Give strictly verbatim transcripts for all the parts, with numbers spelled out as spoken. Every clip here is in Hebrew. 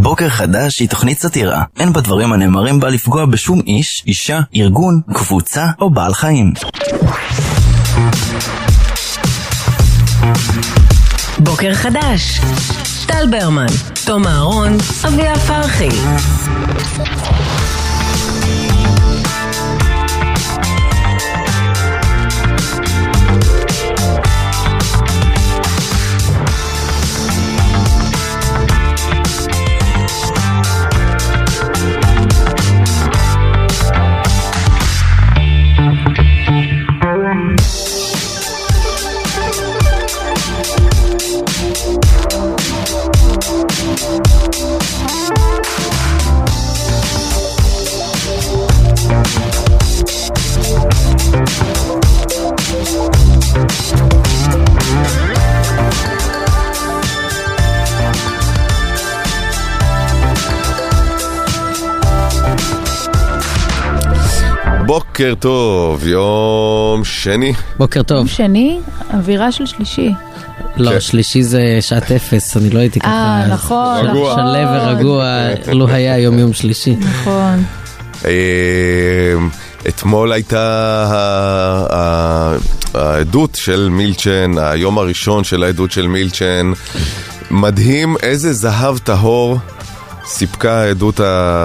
בוקר חדש היא תוכנית סאטירה. אין בדברים הנאמרים בה לפגוע בשום איש, אישה, ארגון, קבוצה או בעל חיים. בוקר חדש. טל ברמן, תום אהרון, אביה פרחי. בוקר טוב, יום שני. בוקר טוב. יום שני, אווירה של שלישי. לא, שלישי זה שעת אפס, אני לא הייתי ככה. אה, נכון. רגוע. שלב ורגוע, לא היה יום יום שלישי. נכון. אתמול הייתה העדות של מילצ'ן, היום הראשון של העדות של מילצ'ן. מדהים איזה זהב טהור סיפקה העדות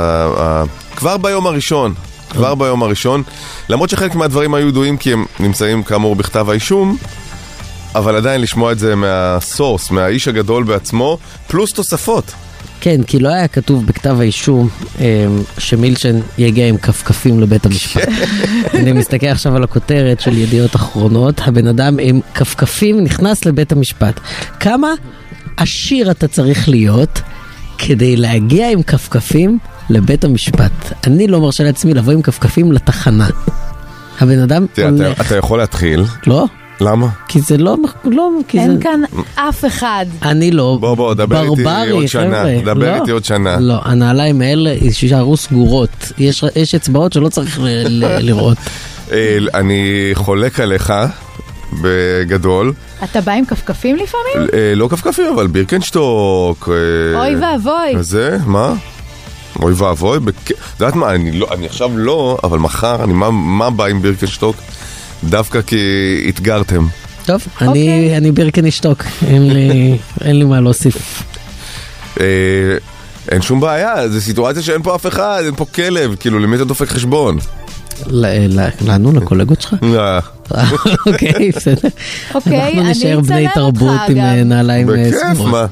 כבר ביום הראשון. כבר ביום הראשון, למרות שחלק מהדברים היו ידועים כי הם נמצאים כאמור בכתב האישום, אבל עדיין לשמוע את זה מהסורס, מהאיש הגדול בעצמו, פלוס תוספות. כן, כי לא היה כתוב בכתב האישום שמילצ'ן יגיע עם כפכפים לבית המשפט. אני מסתכל עכשיו על הכותרת של ידיעות אחרונות, הבן אדם עם כפכפים נכנס לבית המשפט. כמה עשיר אתה צריך להיות כדי להגיע עם כפכפים לבית המשפט? אני לא מרשה לעצמי לבוא עם כפכפים לתחנה. הבן אדם הולך. אתה יכול להתחיל? לא. למה? כי זה לא... אין כאן אף אחד. אני לא. בוא בוא, דבר איתי עוד שנה. דבר איתי עוד שנה. לא, הנעליים האלה שישארו סגורות. יש אצבעות שלא צריך לראות. אני חולק עליך בגדול. אתה בא עם כפכפים לפעמים? לא כפכפים, אבל בירקנשטוק. אוי ואבוי. וזה, מה? אוי ואבוי, יודעת מה, אני, לא, אני עכשיו לא, אבל מחר, אני, מה, מה בא עם בירקנשטוק? דווקא כי התגרתם. טוב, okay. אני, אני בירקנשטוק, אין לי, אין לי מה להוסיף. אה, אין שום בעיה, זו סיטואציה שאין פה אף אחד, אין פה כלב, כאילו, למי אתה דופק חשבון? לנו, לקולגות שלך? לא. אוקיי, בסדר. אנחנו נשאר בני תרבות עם נעליים סגורות. בכיף, מה?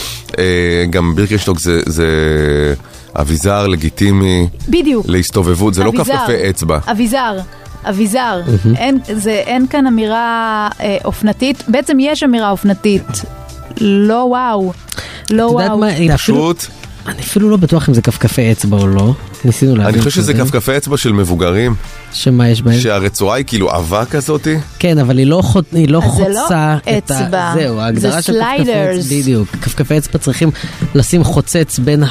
גם בירקנשטוק זה אביזר לגיטימי, בדיוק, להסתובבות, זה לא כפכפי אצבע. אביזר, אביזר. אין כאן אמירה אופנתית, בעצם יש אמירה אופנתית. לא וואו, לא וואו. פשוט אני אפילו לא בטוח אם זה כפכפי אצבע או לא. ניסינו להבין. אני חושב שזה כפכפי אצבע של מבוגרים. שמה יש בהם? שהרצועה היא כאילו עבה כזאת. כן, אבל היא לא חוצה את ה... זהו, ההגדרה של כפכפי אצבע. בדיוק. כפכפי אצבע צריכים לשים חוצץ בין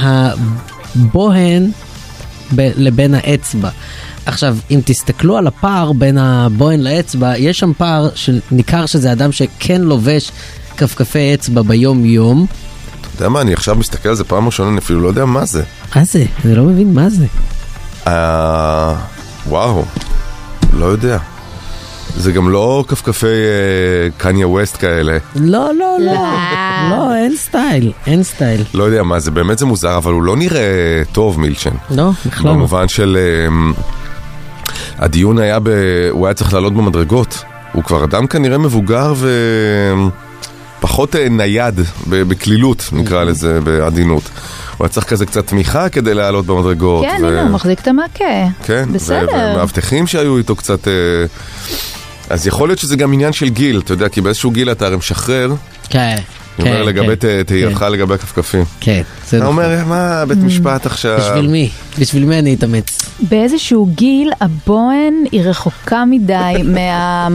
הבוהן לבין האצבע. עכשיו, אם תסתכלו על הפער בין הבוהן לאצבע, יש שם פער שניכר שזה אדם שכן לובש כפכפי אצבע ביום יום. אתה יודע מה, אני עכשיו מסתכל על זה פעם ראשונה, אני אפילו לא יודע מה זה. מה זה? אני לא מבין מה זה. אה... וואו. לא יודע. זה גם לא כפכפי קניה ווסט כאלה. לא, לא, לא. לא, אין סטייל. אין סטייל. לא יודע מה זה, באמת זה מוזר, אבל הוא לא נראה טוב, מילצ'ן. לא, בכלל. במובן של... הדיון היה ב... הוא היה צריך לעלות במדרגות. הוא כבר אדם כנראה מבוגר ו... פחות נייד, בכלילות נקרא לזה, בעדינות. הוא היה צריך כזה קצת תמיכה כדי לעלות במדרגות. כן, הנה, הוא מחזיק את המכה. כן, בסדר. ומאבטחים שהיו איתו קצת... אז יכול להיות שזה גם עניין של גיל, אתה יודע, כי באיזשהו גיל אתה הרי משחרר. כן. אני אומר לגבי תהייתך לגבי הכפכפים. כן. אתה אומר, מה, בית משפט עכשיו? בשביל מי? בשביל מי אני אתאמץ? באיזשהו גיל, הבוהן היא רחוקה מדי מה...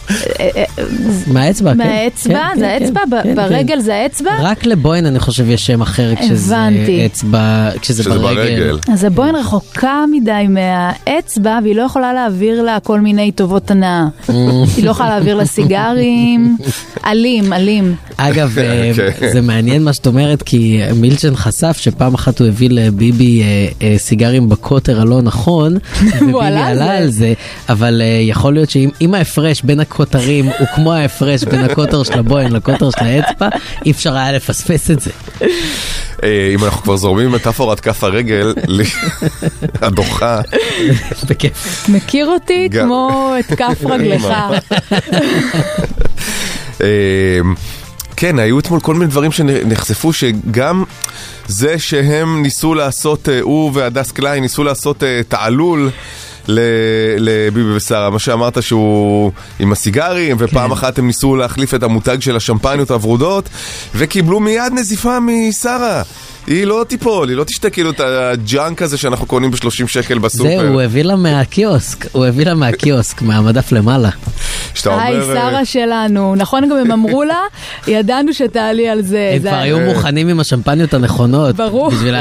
מהאצבע, כן. מהאצבע, זה האצבע, ברגל זה האצבע? רק לבוין אני חושב יש שם אחר כשזה אצבע, כשזה ברגל. אז הבוין רחוקה מדי מהאצבע, והיא לא יכולה להעביר לה כל מיני טובות הנאה. היא לא יכולה להעביר לה סיגרים, אלים, אלים. אגב, זה מעניין מה שאת אומרת, כי מילצ'ן חשף שפעם אחת הוא הביא לביבי סיגרים בקוטר הלא נכון, וביבי עלה על זה, אבל יכול להיות שאם ההפרש בין הקוטרים הוא כמו ההפרש בין הקוטר של הבוין לקוטר של האצבע, אי אפשר היה לפספס את זה. אם אנחנו כבר זורמים מטאפורת כף הרגל, הדוחה. בכיף. מכיר אותי כמו את כף רגלך. כן, היו אתמול כל מיני דברים שנחשפו, שגם זה שהם ניסו לעשות, הוא והדס קליין ניסו לעשות תעלול לביבי ושרה, מה שאמרת שהוא עם הסיגרים, ופעם אחת הם ניסו להחליף את המותג של השמפניות הוורודות, וקיבלו מיד נזיפה משרה. היא לא טיפול, היא לא תשתה כאילו את הג'אנק הזה שאנחנו קונים ב-שלושים שקל בסופר. זהו, הוא הביא לה מהקיוסק, הוא הביא לה מהקיוסק, מהמדף למעלה. היי, שרה שלנו. נכון, גם הם אמרו לה, ידענו שתעלי על זה. הם כבר היו מוכנים עם השמפניות הנכונות. ברור. בשבילה,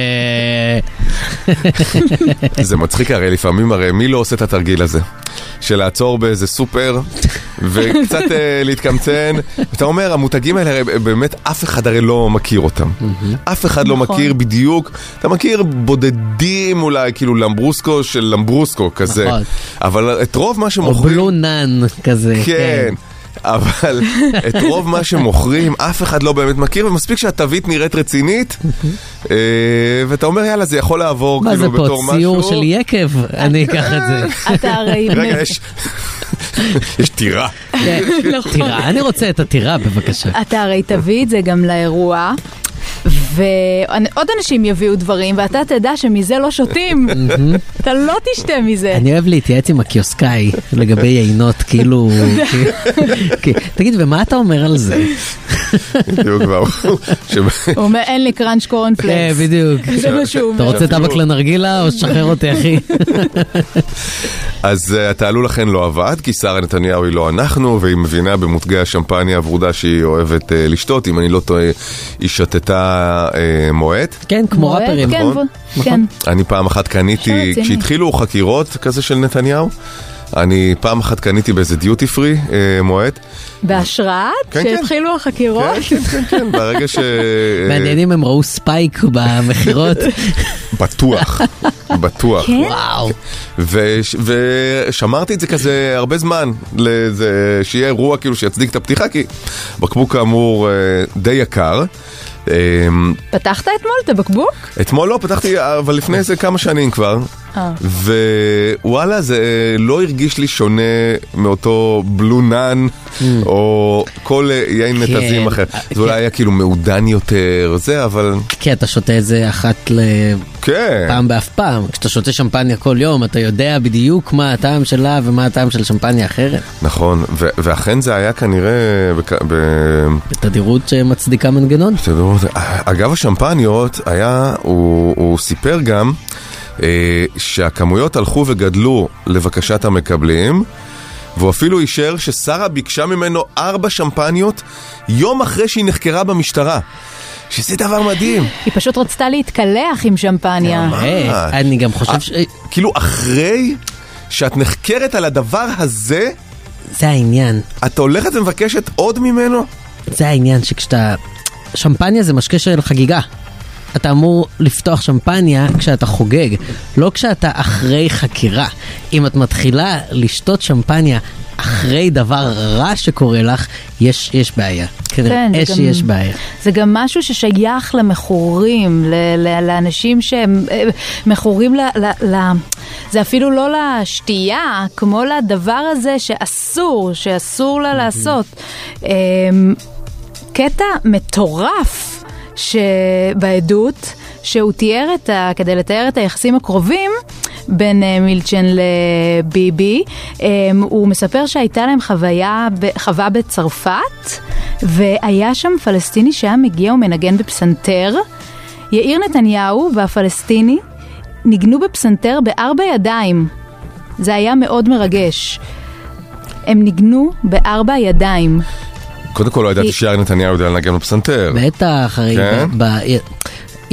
זה מצחיק הרי, לפעמים הרי מי לא עושה את התרגיל הזה? של לעצור באיזה סופר וקצת להתקמצן. אתה אומר, המותגים האלה באמת אף אחד הרי לא מכיר אותם. אף אחד לא מכיר בדיוק. אתה מכיר בודדים אולי, כאילו למברוסקו של למברוסקו כזה. אבל את רוב מה שמוכרים... או בלונן כזה. כן. אבל את רוב מה שמוכרים אף אחד לא באמת מכיר, ומספיק שהתווית נראית רצינית, ואתה אומר יאללה זה יכול לעבור כאילו בתור משהו. מה זה פה, ציור של יקב? אני אקח את זה. אתה הרי... רגע, יש... יש טירה. טירה, אני רוצה את הטירה בבקשה. אתה הרי תביא את זה גם לאירוע, ועוד אנשים יביאו דברים, ואתה תדע שמזה לא שותים. אתה לא תשתה מזה. אני אוהב להתייעץ עם הקיוסקאי לגבי יינות, כאילו... תגיד, ומה אתה אומר על זה? בדיוק, והוא... הוא אומר, אין לי קראנץ' קורנפלקס. בדיוק. זה מה שהוא אומר. אתה רוצה טבק לנרגילה או שחרר אותי, אחי? אז התעלול לכן לא עבד, כי שרה נתניהו היא לא אנחנו, והיא מבינה במותגי השמפניה הוורודה שהיא אוהבת לשתות. אם אני לא טועה, היא שתתה מועט. כן, כמו ראפרים. כן. אני פעם אחת קניתי, כשהתחילו חקירות כזה של נתניהו, אני פעם אחת קניתי באיזה דיוטי פרי מועט. בהשראת? שהתחילו החקירות? כן, כן, כן, ברגע ש... מעניינים הם ראו ספייק במחירות. בטוח, בטוח. וואו. ושמרתי את זה כזה הרבה זמן, שיהיה אירוע כאילו שיצדיק את הפתיחה, כי בקבוק כאמור די יקר. פתחת אתמול את הבקבוק? אתמול לא, פתחתי, אבל לפני איזה כמה שנים כבר. ווואלה, זה לא הרגיש לי שונה מאותו בלונן, או כל יין נתזים אחר. זה אולי היה כאילו מעודן יותר, זה, אבל... כי אתה שותה את זה אחת לפעם באף פעם. כשאתה שותה שמפניה כל יום, אתה יודע בדיוק מה הטעם שלה ומה הטעם של שמפניה אחרת. נכון, ואכן זה היה כנראה... בתדירות שמצדיקה מנגנון. אגב, השמפניות היה, הוא סיפר גם שהכמויות הלכו וגדלו לבקשת המקבלים, והוא אפילו אישר ששרה ביקשה ממנו ארבע שמפניות יום אחרי שהיא נחקרה במשטרה, שזה דבר מדהים. היא פשוט רצתה להתקלח עם שמפניה. אני גם חושב ש... כאילו אחרי שאת נחקרת על הדבר הזה, זה העניין. את הולכת ומבקשת עוד ממנו? זה העניין שכשאתה... שמפניה זה משקה של חגיגה. אתה אמור לפתוח שמפניה כשאתה חוגג, לא כשאתה אחרי חקירה. אם את מתחילה לשתות שמפניה אחרי דבר רע שקורה לך, יש, יש בעיה. כן, יש, גם, יש בעיה. זה גם משהו ששייך למכורים, ל, ל, לאנשים שהם מכורים ל, ל, ל... זה אפילו לא לשתייה, כמו לדבר הזה שאסור, שאסור לה לעשות. קטע מטורף שבעדות, שהוא תיאר את ה... כדי לתאר את היחסים הקרובים בין מילצ'ן לביבי, הוא מספר שהייתה להם חוויה, חווה בצרפת, והיה שם פלסטיני שהיה מגיע ומנגן בפסנתר. יאיר נתניהו והפלסטיני ניגנו בפסנתר בארבע ידיים. זה היה מאוד מרגש. הם ניגנו בארבע ידיים. קודם כל לא ידעתי שיאיר נתניהו יודע לנגן בפסנתר. בטח, הרי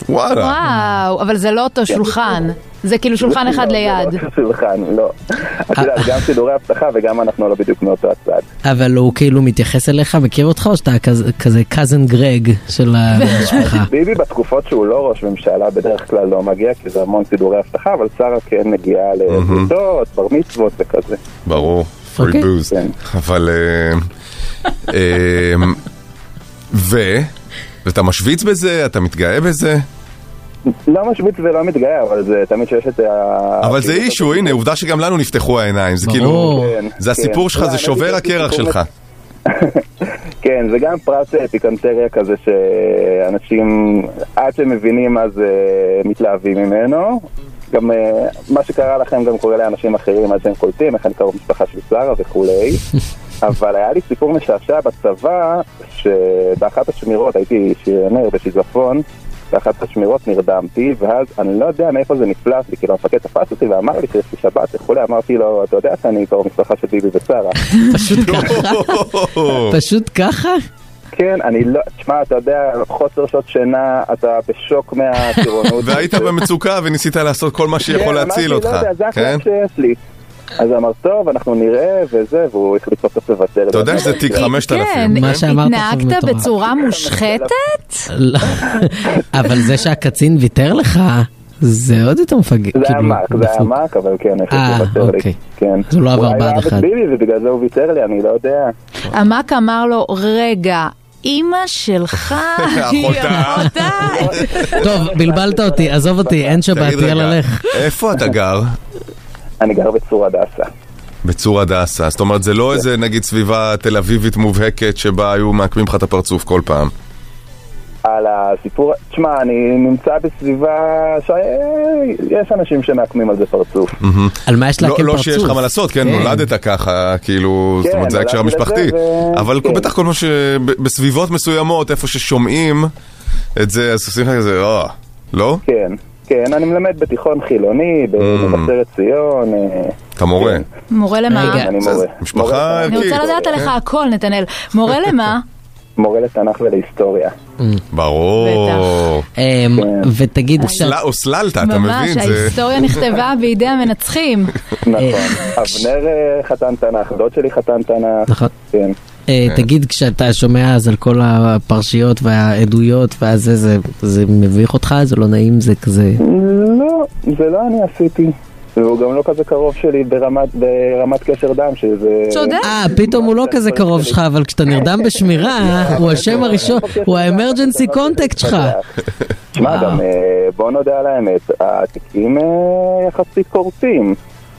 וואלה. וואו, אבל זה לא אותו שולחן. זה כאילו שולחן אחד ליד. זה לא שולחן, לא. את יודעת, גם סידורי הבטחה וגם אנחנו לא בדיוק מאותו הצד. אבל הוא כאילו מתייחס אליך, מכיר אותך, או שאתה כזה קזן גרג של המשפחה? ביבי בתקופות שהוא לא ראש ממשלה בדרך כלל לא מגיע, כי זה המון סידורי הבטחה, אבל שרה כן מגיעה לבריתות, בר מצוות וכזה. ברור, פרי בוז. אבל... ו... ואתה משוויץ בזה? אתה מתגאה בזה? לא משוויץ ולא מתגאה, אבל זה תמיד שיש את ה... אבל זה אישו, הנה, עובדה שגם לנו נפתחו העיניים. זה כאילו... זה הסיפור שלך, זה שובר הקרח שלך. כן, זה גם פרט פיקנטריה כזה שאנשים, עד שהם מבינים אז מתלהבים ממנו. גם מה שקרה לכם גם קורה לאנשים אחרים עד שהם קולטים, איך אני קרוב משפחה של שרה וכולי. אבל היה לי סיפור משעשע בצבא, שבאחת השמירות הייתי שריונר בשיזפון, באחת השמירות נרדמתי, ואז אני לא יודע מאיפה זה נפלט לי, כאילו המפקד תפס אותי ואמר לי שיש לי שבת, וכולי, אמרתי לו, אתה יודע שאני קרוב משפחה של ביבי ושרה. פשוט ככה? פשוט ככה? כן, אני לא, תשמע, אתה יודע, חוסר שעות שינה, אתה בשוק מהטירונות. והיית במצוקה וניסית לעשות כל מה שיכול להציל אותך. כן, אמרתי, לא יודע, זה הכלל שיש לי. אז אמר, טוב, אנחנו נראה וזה, והוא החליט סוף לוותר. אתה יודע שזה תיק חמשת אלפים. כן, התנהגת בצורה מושחתת? אבל זה שהקצין ויתר לך, זה עוד יותר מפגע. זה היה מק, זה היה מק, אבל כן, החליט לוותר לי. כן. זה לא עבר בעד אחד. ובגלל זה הוא ויתר לי, אני לא יודע. המק אמר לו, רגע, אמא שלך היא אחותה. טוב, בלבלת אותי, עזוב אותי, אין שבת, יאללה לך. איפה אתה גר? אני גר בצור הדסה. בצור הדסה, זאת אומרת זה לא איזה נגיד סביבה תל אביבית מובהקת שבה היו מעקמים לך את הפרצוף כל פעם. על הסיפור, תשמע, אני נמצא בסביבה שיש אנשים שמעקמים על זה פרצוף. על מה יש להקים פרצוף? לא שיש לך מה לעשות, כן, נולדת ככה, כאילו, זאת אומרת זה הקשר המשפחתי. אבל בטח כל מה שבסביבות מסוימות, איפה ששומעים את זה, אז עושים לך כזה, אה, לא? כן. כן, אני מלמד בתיכון חילוני, במבשרת ציון. אתה מורה? מורה למה? אני מורה. משפחה ערכית. אני רוצה לדעת עליך הכל, נתנאל. מורה למה? מורה לתנ"ך ולהיסטוריה. ברור. ותגיד... אוסללת, אתה מבין? ממש, ההיסטוריה נכתבה בידי המנצחים. נכון. אבנר חתן תנ"ך, דוד שלי חתן תנ"ך. נכון. כן. תגיד, כשאתה שומע אז על כל הפרשיות והעדויות וזה, זה מביך אותך? זה לא נעים? זה כזה... לא, זה לא אני עשיתי. והוא גם לא כזה קרוב שלי ברמת, ברמת קשר דם, שזה... צודק. אה, פתאום הוא לא כזה קרוב שלך, אבל כשאתה נרדם בשמירה, הוא השם הראשון, הוא האמרג'נסי קונטקט שלך. תשמע, גם בוא נודע על האמת, התיקים יחסית קורצים.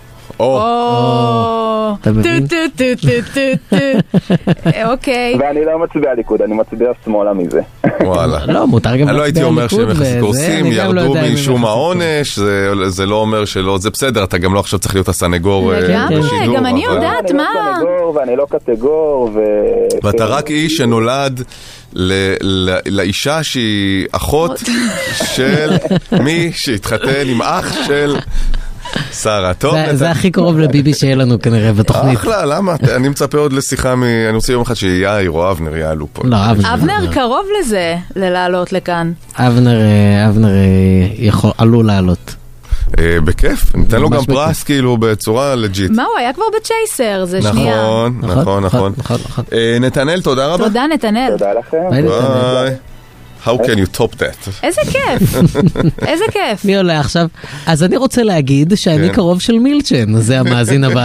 או, טו טו טו טו טו טו. אוקיי. ואני לא מצביע ליכוד, אני מצביע שמאלה מזה. וואלה. לא, מותר גם אני לא הייתי אומר שהם יחסית קורסים, ירדו משום העונש, זה לא אומר שלא, זה בסדר, אתה גם לא עכשיו צריך להיות הסנגור בשידור. גם אני יודעת מה. אני לא סנגור ואני לא קטגור. ואתה רק איש שנולד לאישה שהיא אחות של מי שהתחתן עם אח של... שרה, טוב. זה הכי קרוב לביבי שיהיה לנו כנראה בתוכנית. אחלה, למה? אני מצפה עוד לשיחה מ... אני רוצה יום אחד שיאיר או אבנר יעלו פה. לא, אבנר. אבנר קרוב לזה, ללעלות לכאן. אבנר, אבנר עלול לעלות. בכיף, ניתן לו גם פרס כאילו בצורה לג'יט. מה, הוא היה כבר בצ'ייסר, זה שנייה. נכון, נכון, נכון. נתנאל, תודה רבה. תודה נתנאל. תודה לכם. ביי. How can you top that? איזה כיף, איזה כיף. מי עולה עכשיו? אז אני רוצה להגיד שאני קרוב של מילצ'ן, זה המאזין הבא.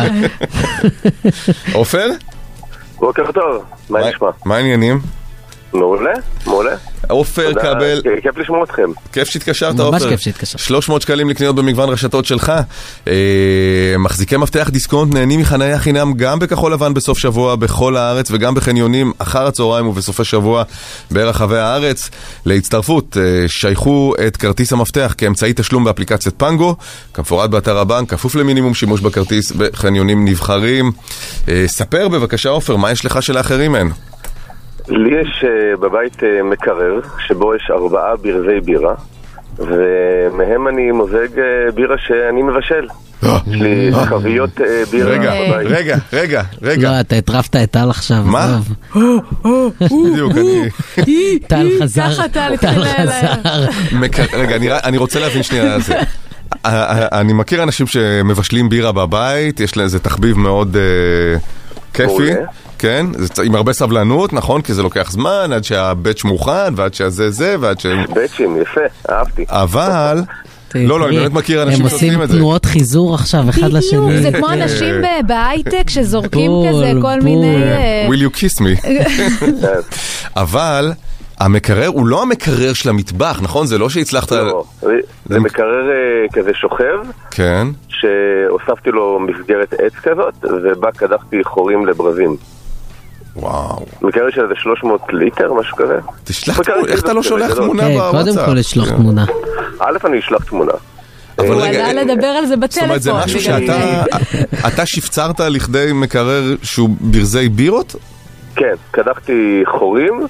עופר? בוקר טוב, מה נשמע? מה העניינים? מעולה, מעולה. עופר קבל... כיף לשמוע אתכם. כיף שהתקשרת, עופר. ממש כיף שהתקשרת. שלוש מאות שקלים לקניות במגוון רשתות שלך. מחזיקי מפתח דיסקונט נהנים מחניה חינם גם בכחול לבן בסוף שבוע בכל הארץ וגם בחניונים אחר הצהריים ובסופי שבוע ברחבי הארץ. להצטרפות, שייכו את כרטיס המפתח כאמצעי תשלום באפליקציית פנגו, כמפורט באתר הבנק, כפוף למינימום שימוש בכרטיס בחניונים נבחרים. ספר בבקשה עופר, מה יש לך שלאחרים אין? לי יש uh, בבית uh, מקרר, שבו יש ארבעה ברזי בירה. ומהם אני מוזג בירה שאני מבשל. יש לי חביות בירה בבית. רגע, רגע, רגע. לא, אתה הטרפת את טל עכשיו. מה? בדיוק, אני... טל חזר. ככה טל טל חזר. רגע, אני רוצה להבין שנייה על זה. אני מכיר אנשים שמבשלים בירה בבית, יש לזה תחביב מאוד כיפי. כן, עם הרבה סבלנות, נכון? כי זה לוקח זמן עד שהבטש מוכן ועד שזה זה ועד ש... בטשים, יפה, אהבתי. אבל... לא, לא, אני באמת מכיר אנשים שעושים את זה. הם עושים תנועות חיזור עכשיו אחד לשני. זה כמו אנשים בהייטק שזורקים כזה כל מיני... will you kiss me? אבל המקרר הוא לא המקרר של המטבח, נכון? זה לא שהצלחת... לא, זה מקרר כזה שוכב. כן. שהוספתי לו מסגרת עץ כזאת, ובה קדחתי חורים לברזים. וואו. מקרר של איזה שלוש מאות ליטר, משהו כזה. תשלח תמונה, איך אתה לא שולח תמונה בוואטסאפ? קודם כל לשלוח תמונה. א', אני אשלח תמונה. הוא עלה לדבר על זה בטלפון. זאת אומרת, זה משהו שאתה... אתה שפצרת לכדי מקרר שהוא ברזי בירות? כן, קדחתי חורים,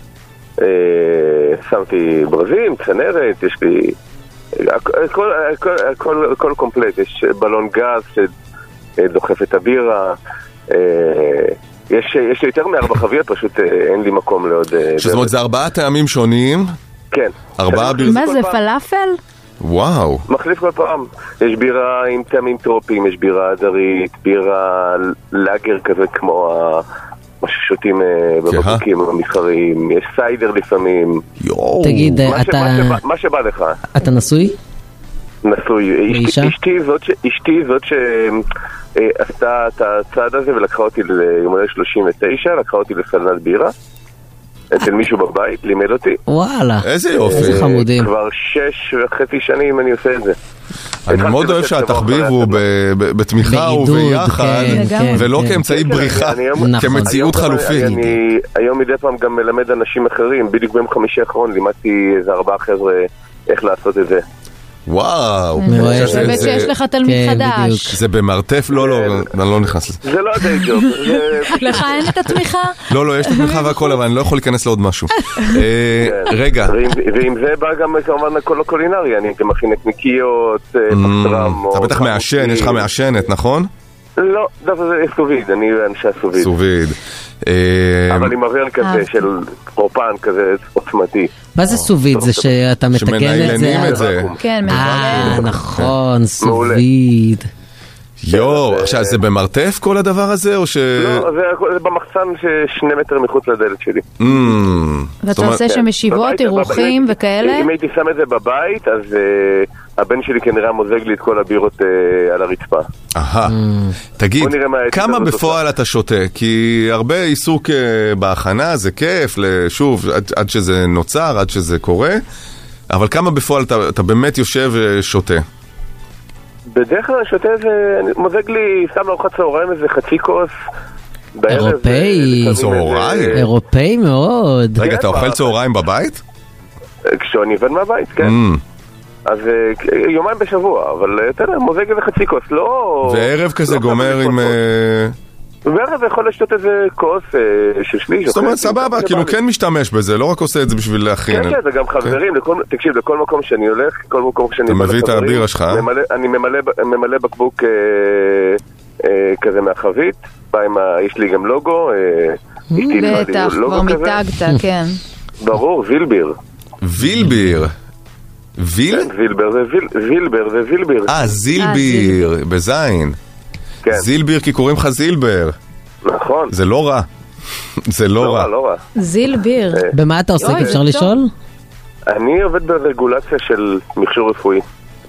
שמתי ברזים, צנרת, יש לי... כל קומפלט, יש בלון גז שדוחף את הבירה, יש לי יותר מארבע חביות, פשוט אין לי מקום לעוד... זאת אומרת, זה ארבעה טעמים שונים? כן. ארבעה ברזים? מה זה, פלאפל? וואו. מחליף כל פעם. יש בירה עם טעמים טרופיים, יש בירה דרית, בירה לאגר כזה כמו מה ששותים בבקבוקים המסחריים, יש סיידר לפעמים. יואו. תגיד, אתה... מה שבא לך. אתה נשוי? נשוי. ואישה? אשתי זאת שעשתה את הצעד הזה ולקחה אותי ליום הולדת שלושים ותשע, לקחה אותי לסדנת בירה. אצל מישהו בבית, לימד אותי. וואלה. איזה יופי. איזה חמודים. כבר שש וחצי שנים אני עושה את זה. אני מאוד אוהב שהתחביב הוא בתמיכה וביחד, ולא כאמצעי בריחה, כמציאות חלופית. אני היום מדי פעם גם מלמד אנשים אחרים, בדיוק ביום חמישי האחרון לימדתי איזה ארבעה חבר'ה איך לעשות את זה. וואו. באמת שיש לך תלמיד חדש. זה במרתף? לא, לא, אני לא נכנס לזה. זה לא הדי ג'וב. לך אין את התמיכה? לא, לא, יש את התמיכה והכל, אבל אני לא יכול להיכנס לעוד משהו. רגע. ועם זה בא גם כמובן הכל הקולינרי, אני גם מכין נקניקיות, פסטרם. אתה בטח מעשן, יש לך מעשנת, נכון? לא, דווקא זה סוביד, אני אנשי הסוביד. סוביד. אבל עם אוויר כזה של פרופן כזה עוצמתי. מה זה סוביד? זה שאתה מתקן את זה? שמנהלנים את זה. כן, אה, נכון, סוביד. יו, עכשיו זה במרתף כל הדבר הזה או ש... לא, זה במחסן ששני מטר מחוץ לדלת שלי. ואתה עושה שם ישיבות, אירוחים וכאלה? אם הייתי שם את זה בבית, אז הבן שלי כנראה מוזג לי את כל הבירות על הרצפה. אהה, תגיד, כמה בפועל אתה שותה? כי הרבה עיסוק בהכנה, זה כיף, שוב, עד שזה נוצר, עד שזה קורה, אבל כמה בפועל אתה באמת יושב ושותה? בדרך כלל שותה איזה, מוזג לי, שם לארוחת צהריים איזה חצי כוס. אירופאי. צהריים? אירופאי מאוד. רגע, אתה אוכל צהריים בבית? כשאני עובד מהבית, כן. אז יומיים בשבוע, אבל אתה יודע, מוזג איזה חצי כוס, לא... וערב כזה גומר עם... וערב יכול לשתות איזה כוס של שליש. זאת אומרת, סבבה, כאילו כן משתמש בזה, לא רק עושה את זה בשביל להכין. כן, כן, זה גם חברים, תקשיב, לכל מקום שאני הולך, כל מקום שאני... אתה מביא את הבירה שלך? אני ממלא בקבוק כזה מהחבית, יש לי גם לוגו. בטח, כבר מתגת, כן. ברור, וילביר. וילביר? ויל? וילבר זה וילבר, זה וילביר. אה, זילביר, בזין. זילביר, כי קוראים לך זילבר. נכון. זה לא רע. זה לא רע. לא רע. זילביר. במה אתה עוסק? אפשר לשאול? אני עובד ברגולציה של מכשור רפואי.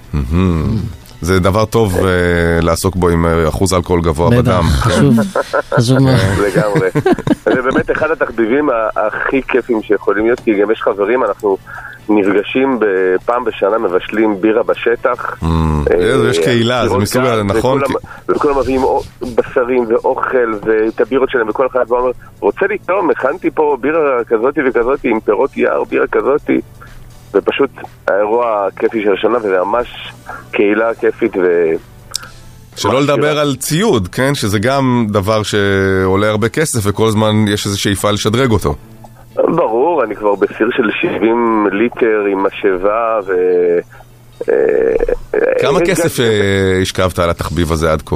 זה דבר טוב לעסוק בו עם אחוז אלכוהול גבוה בדם. חשוב. חשוב מאוד. לגמרי. זה באמת אחד התחביבים הכי כיפים שיכולים להיות, כי גם יש חברים, אנחנו נפגשים פעם בשנה, מבשלים בירה בשטח. יש קהילה, זה מסוג נכון. וכולם מביאים בשרים ואוכל ואת הבירות שלהם, וכל אחד אומר, רוצה לטעום, הכנתי פה בירה כזאתי וכזאתי עם פירות יער, בירה כזאתי. ופשוט האירוע הכיפי של השנה, וזה ממש קהילה כיפית ו... שלא לדבר על ציוד, כן? שזה גם דבר שעולה הרבה כסף, וכל הזמן יש איזו שאיפה לשדרג אותו. ברור, אני כבר בסיר של שבעים ליטר עם משאבה כמה כסף השקבת על התחביב הזה עד כה?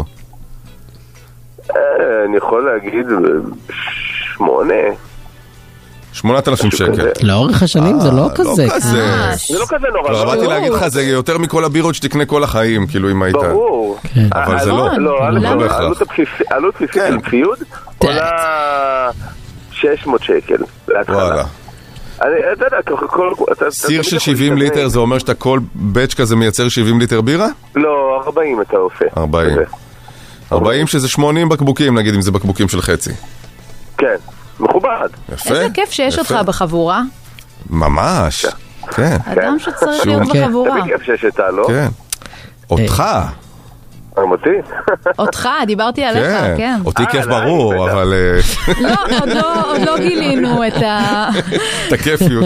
אני יכול להגיד שמונה. שמונת אלפים שקל. לאורך השנים זה לא כזה. זה לא כזה נורא. כבר באתי להגיד לך, זה יותר מכל הבירות שתקנה כל החיים, כאילו אם היית... ברור. אבל זה לא. לא, עלות בסיסית של ציוד עולה שש מאות שקל להתחלה. סיר של שבעים ליטר זה אומר שאתה כל בצ' כזה מייצר שבעים ליטר בירה? לא, ארבעים אתה עושה. ארבעים. ארבעים שזה שמונים בקבוקים, נגיד, אם זה בקבוקים של חצי. כן, מכובד. יפה. איזה כיף שיש אותך בחבורה. ממש. כן. אדם שצריך להיות בחבורה. זה בכיף שיש איתה, לא? כן. אותך. אותי? אותך, דיברתי עליך, כן. אותי כיף ברור, אבל... לא, עוד לא גילינו את ה... את הכיפיות.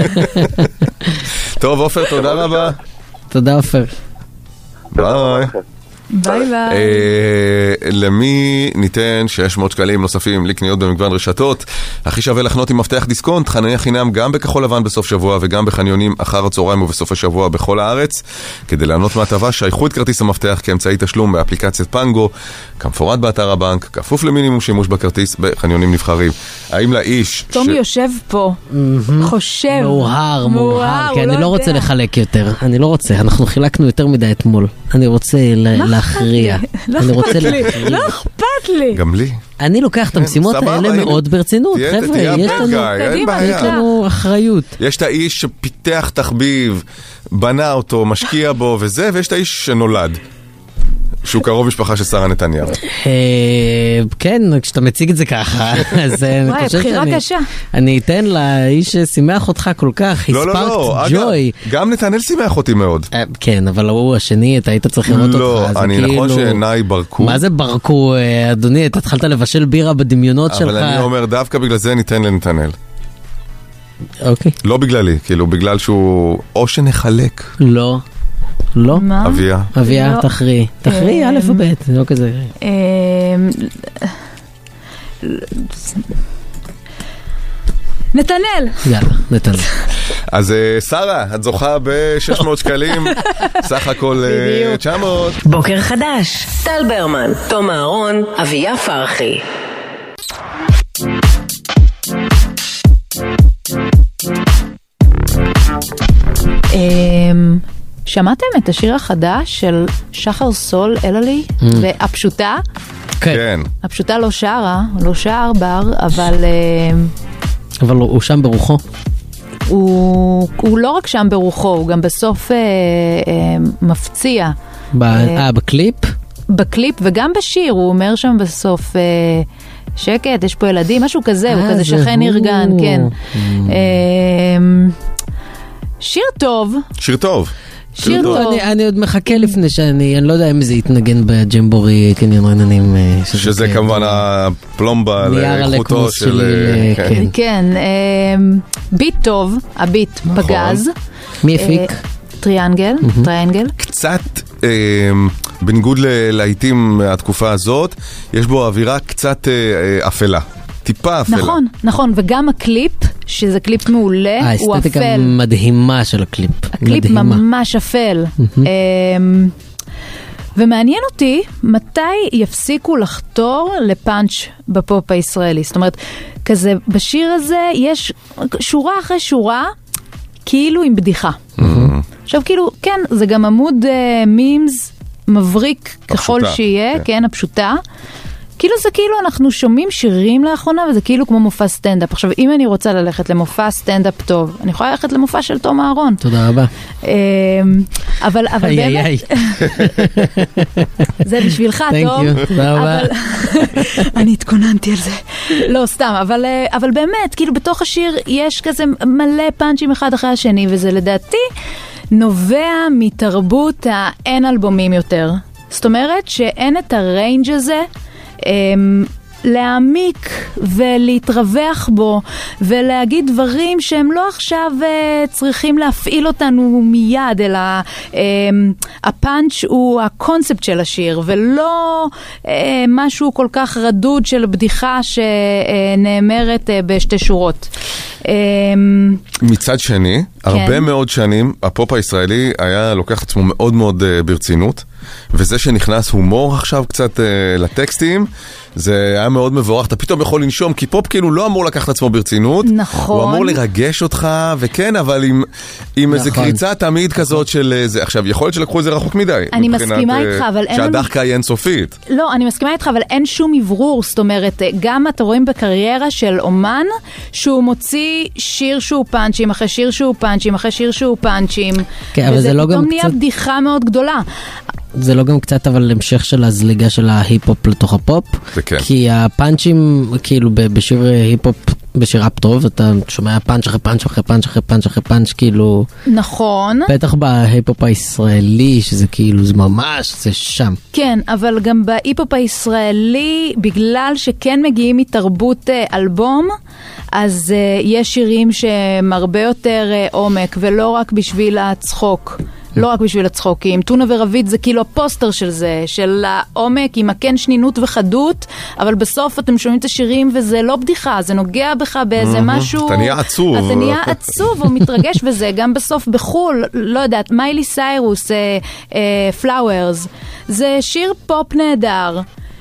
טוב, עופר, תודה רבה. תודה, עופר. ביי. ביי ביי. למי ניתן שש מאות שקלים נוספים לקניות במגוון רשתות? הכי שווה לחנות עם מפתח דיסקונט, חניה חינם גם בכחול לבן בסוף שבוע וגם בחניונים אחר הצהריים ובסוף השבוע בכל הארץ. כדי לענות מהטבה, שייכו את כרטיס המפתח כאמצעי תשלום באפליקציית פנגו, כמפורט באתר הבנק, כפוף למינימום שימוש בכרטיס בחניונים נבחרים. האם לאיש... תום יושב פה, חושב. מאוהר, מאוהר, כי אני לא רוצה לחלק יותר. אני לא רוצה, אנחנו חילקנו יותר מדי אתמול. אני רוצה להכריע. אני רוצה להכריע. לא אכפת לי. גם לי. אני לוקח את המשימות האלה מאוד ברצינות. חבר'ה, יש לנו אחריות. יש את האיש שפיתח תחביב, בנה אותו, משקיע בו וזה, ויש את האיש שנולד. שהוא קרוב משפחה של שרה נתניהו. כן, כשאתה מציג את זה ככה, אז אני חושב שאני... אני אתן לאיש ששימח אותך כל כך, לא, לא, לא, אגב, גם נתנאל שימח אותי מאוד. כן, אבל הוא השני, אתה היית צריך לראות אותך. לא, אני נכון שעיניי ברקו. מה זה ברקו, אדוני? אתה התחלת לבשל בירה בדמיונות שלך. אבל אני אומר, דווקא בגלל זה ניתן לנתנאל. אוקיי. לא בגללי, כאילו, בגלל שהוא... או שנחלק. לא. לא? אביה. אביה, תחרי. תחרי, א' וב', זה לא כזה. נתנאל. יאללה, נתנאל. אז שרה, את זוכה ב-שש מאות שקלים, סך הכל תשע מאות. בוקר חדש, טל ברמן, תום אהרון, אביה פרחי. שמעתם את השיר החדש של שחר סול אלעלי והפשוטה? כן. הפשוטה לא שרה, לא שר בר, אבל... אבל הוא שם ברוחו. הוא, הוא לא רק שם ברוחו, הוא גם בסוף אה, אה, מפציע. אה, בקליפ? בקליפ וגם בשיר, הוא אומר שם בסוף... אה, שקט, יש פה ילדים, משהו כזה, הוא כזה שכן ארגן, כן. שיר טוב. שיר טוב. שיר טוב. אני עוד מחכה לפני שאני, אני לא יודע אם זה יתנגן בג'מבורי קניון רעננים. שזה כמובן הפלומבה לאיכותו של... כן, ביט טוב, הביט פגז. מי הפיק? טריאנגל, טריאנגל. קצת... בניגוד ללהיטים מהתקופה הזאת, יש בו אווירה קצת אה, אפלה. טיפה אפלה. נכון, נכון, וגם הקליפ, שזה קליפ מעולה, הוא אפל. האסתטיקה מדהימה של הקליפ. הקליפ מדהימה. ממש אפל. ומעניין אותי, מתי יפסיקו לחתור לפאנץ' בפופ הישראלי? זאת אומרת, כזה, בשיר הזה יש שורה אחרי שורה, כאילו עם בדיחה. עכשיו, כאילו, כן, זה גם עמוד מימס, מבריק ככל שיהיה, כן, הפשוטה. כאילו זה כאילו אנחנו שומעים שירים לאחרונה, וזה כאילו כמו מופע סטנדאפ. עכשיו, אם אני רוצה ללכת למופע סטנדאפ טוב, אני יכולה ללכת למופע של תום אהרון. תודה רבה. אבל באמת... זה בשבילך, תום. תודה רבה. אני התכוננתי על זה. לא, סתם, אבל באמת, כאילו בתוך השיר יש כזה מלא פאנצ'ים אחד אחרי השני, וזה לדעתי... נובע מתרבות האין אלבומים יותר. זאת אומרת שאין את הריינג' הזה אמ, להעמיק ולהתרווח בו ולהגיד דברים שהם לא עכשיו uh, צריכים להפעיל אותנו מיד, אלא um, הפאנץ' הוא הקונספט של השיר ולא uh, משהו כל כך רדוד של בדיחה שנאמרת uh, בשתי שורות. מצד שני, הרבה מאוד שנים, הפופ הישראלי היה לוקח את עצמו מאוד מאוד ברצינות, וזה שנכנס הומור עכשיו קצת לטקסטים, זה היה מאוד מבורך, אתה פתאום יכול לנשום, כי פופ כאילו לא אמור לקחת את עצמו ברצינות, נכון. הוא אמור לרגש אותך, וכן, אבל עם, עם נכון. איזו קריצה תמיד נכון. כזאת של זה, עכשיו, יכול להיות שלקחו את זה רחוק מדי. אני מסכימה איתך, אבל אין... שהדחקה היא אינסופית. לא, אני מסכימה איתך, אבל אין שום עברור, זאת אומרת, גם אתה רואים בקריירה של אומן, שהוא מוציא שיר שהוא פאנצ'ים, אחרי שיר שהוא פאנצ'ים, אחרי שיר שהוא פאנצ'ים, כן, וזה לא פתאום נהיה קצת... בדיחה מאוד גדולה. זה לא גם קצת אבל המשך של הזליגה של ההיפ-הופ לתוך הפופ? זה כן. כי הפאנצ'ים, כאילו בשיר היפ-הופ, בשיר אפ טוב, אתה שומע פאנץ' אחרי פאנץ' אחרי פאנץ' אחרי פאנץ' אחרי פאנץ', כאילו... נכון. בטח בהיפ-הופ הישראלי, שזה כאילו, זה ממש, זה שם. כן, אבל גם בהיפ-הופ הישראלי, בגלל שכן מגיעים מתרבות אלבום, אז uh, יש שירים שהם הרבה יותר uh, עומק, ולא רק בשביל הצחוק. לא רק בשביל הצחוקים. טונה ורבית זה כאילו הפוסטר של זה, של העומק עם הכן שנינות וחדות, אבל בסוף אתם שומעים את השירים וזה לא בדיחה, זה נוגע בך באיזה משהו... אתה נהיה עצוב. אתה נהיה עצוב או מתרגש בזה, גם בסוף בחול, לא יודעת, מיילי סיירוס, פלאוורס, זה שיר פופ נהדר,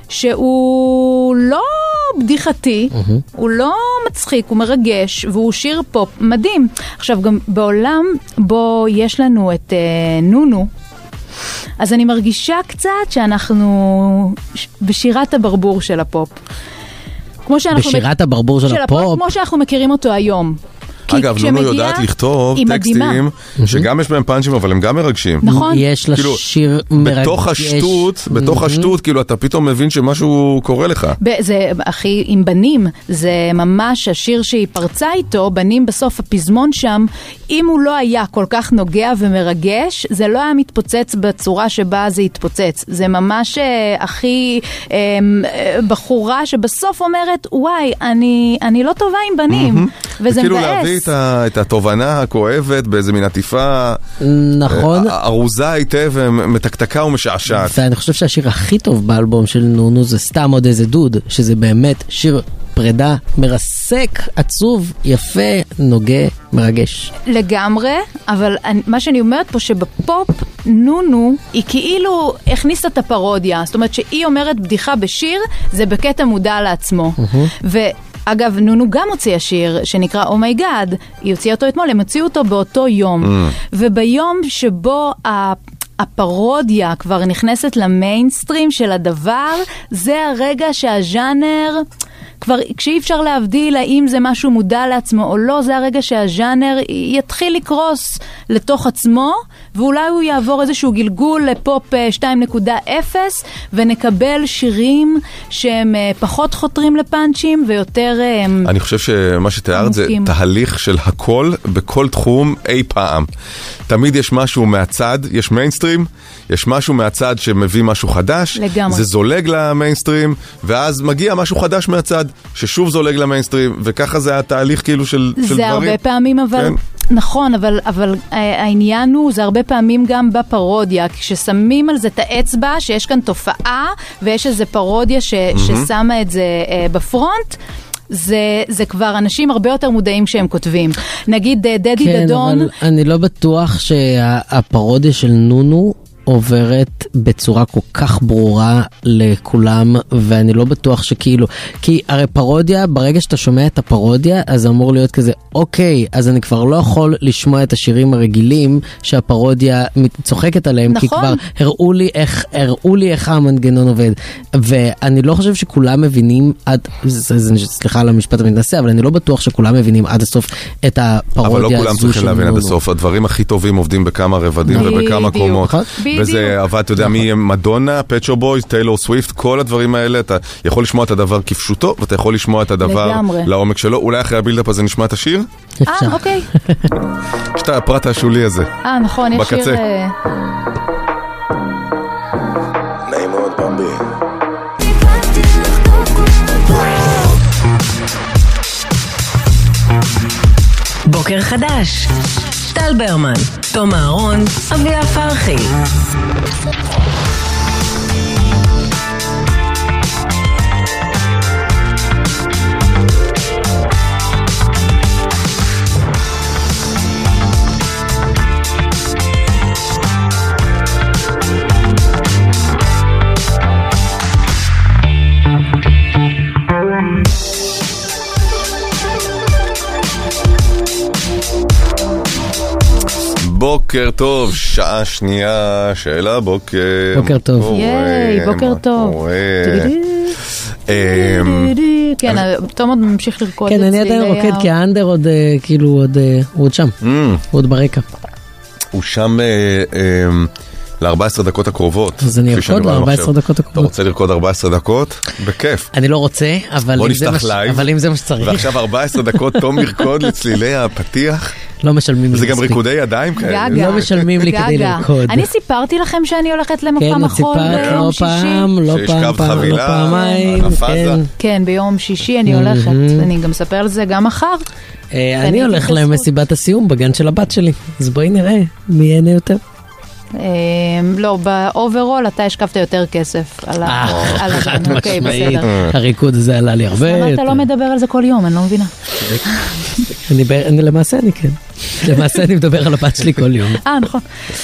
שהוא לא בדיחתי, mm-hmm. הוא לא מצחיק, הוא מרגש, והוא שיר פופ מדהים. עכשיו, גם בעולם בו יש לנו את uh, נונו, אז אני מרגישה קצת שאנחנו בשירת הברבור של הפופ. כמו בשירת מ... הברבור של, של הפופ? הפופ? כמו שאנחנו מכירים אותו היום. אגב, נונו יודעת לכתוב טקסטים שגם יש בהם פאנצ'ים, אבל הם גם מרגשים. נכון. יש לה שיר מרגש. בתוך השטות, בתוך השטות, כאילו אתה פתאום מבין שמשהו קורה לך. זה, אחי, עם בנים, זה ממש השיר שהיא פרצה איתו, בנים בסוף הפזמון שם, אם הוא לא היה כל כך נוגע ומרגש, זה לא היה מתפוצץ בצורה שבה זה התפוצץ. זה ממש הכי בחורה שבסוף אומרת, וואי, אני לא טובה עם בנים. וזה מבאס. את התובנה הכואבת באיזה מין עטיפה נכון ארוזה היטב ומתקתקה ומשעשעת. ואני חושב שהשיר הכי טוב באלבום של נונו זה סתם עוד איזה דוד, שזה באמת שיר פרידה מרסק, עצוב, יפה, נוגע, מרגש. לגמרי, אבל מה שאני אומרת פה שבפופ נונו היא כאילו הכניסה את הפרודיה, זאת אומרת שהיא אומרת בדיחה בשיר, זה בקטע מודע לעצמו. ו אגב, נונו גם הוציאה שיר שנקרא Oh My God, היא הוציאה אותו אתמול, הם הוציאו אותו באותו יום. Mm. וביום שבו הפרודיה כבר נכנסת למיינסטרים של הדבר, זה הרגע שהז'אנר, כבר כשאי אפשר להבדיל האם זה משהו מודע לעצמו או לא, זה הרגע שהז'אנר יתחיל לקרוס לתוך עצמו, ואולי הוא יעבור איזשהו גלגול לפופ שתיים נקודה אפס, ונקבל שירים שהם פחות חותרים לפאנצ'ים ויותר עמוקים. אני חושב שמה שתיארת זה תהליך של הכל בכל תחום אי פעם. תמיד יש משהו מהצד, יש מיינסטרים, יש משהו מהצד שמביא משהו חדש, לגמרי. זה זולג למיינסטרים, ואז מגיע משהו חדש מהצד, ששוב זולג למיינסטרים, וככה זה התהליך כאילו של, של זה דברים. הרבה פעמים, אבל... כן. נכון, אבל, אבל העניין הוא, זה הרבה פעמים גם בפרודיה, כששמים על זה את האצבע, שיש כאן תופעה, ויש איזו פרודיה ש, mm-hmm. ששמה את זה uh, בפרונט, זה, זה כבר אנשים הרבה יותר מודעים כשהם כותבים. נגיד, דדי כן, דדון... אבל אני לא בטוח שהפרודיה של נונו עוברת בצורה כל כך ברורה לכולם, ואני לא בטוח שכאילו, כי הרי פרודיה, ברגע שאתה שומע את הפרודיה, אז אמור להיות כזה, אוקיי, אז אני כבר לא יכול לשמוע את השירים הרגילים שהפרודיה צוחקת עליהם, נכון. כי כבר הראו לי איך, הראו לי איך המנגנון עובד, ואני לא חושב שכולם מבינים עד, סליחה על המשפט המתנשא, אבל אני לא בטוח שכולם מבינים עד הסוף את הפרודיה הזו. אבל לא כולם צריכים להבין עד הסוף, הדברים הכי טובים עובדים בכמה רבדים ובכמה קומות. וזה עבד, אתה יודע, מי מדונה, פט שופ בויז, טיילור סוויפט, כל הדברים האלה, אתה יכול לשמוע את הדבר כפשוטו, ואתה יכול לשמוע את הדבר לגמרי. לעומק שלו. אולי אחרי הבילדאפ הזה נשמע את השיר? אה, אוקיי. יש את הפרט השולי הזה. אה, נכון, יש שיר... נעים מאוד, במבי. בוקר חדש. טל ברמן, תום אהרון, אביה פרחי. בוקר טוב, שעה שנייה של הבוקר. בוקר טוב. ייי, בוקר טוב. כן, תום עוד ממשיך לרקוד. כן, אני עדיין רוקד, כי האנדר עוד, כאילו, הוא עוד שם. הוא עוד ברקע. הוא שם ל-ארבע עשרה דקות הקרובות. אז אני ארקוד ל-ארבע עשרה דקות הקרובות. אתה רוצה לרקוד ארבע עשרה דקות? בכיף. אני לא רוצה, אבל אם זה מה שצריך. ועכשיו ארבע עשרה דקות תום ירקוד לצלילי הפתיח. לא משלמים לי. זה גם ריקודי ידיים כאלה. גגה. לא משלמים לי כדי לרקוד. אני סיפרתי לכם שאני הולכת למופע מחול ביום שישי. לא פעם, לא פעמיים. כן, ביום שישי אני הולכת. אני גם אספר על זה גם מחר. אני הולך למסיבת הסיום בגן של הבת שלי. אז בואי נראה מי ייהנה יותר. לא, באוברול אתה השקפת יותר כסף על הגן. אוקיי, בסדר. הריקוד הזה עלה לי הרבה יותר. אתה לא מדבר על זה כל יום, אני לא מבינה. למעשה אני כן. למעשה אני מדבר על הבת שלי כל יום. אה, נכון.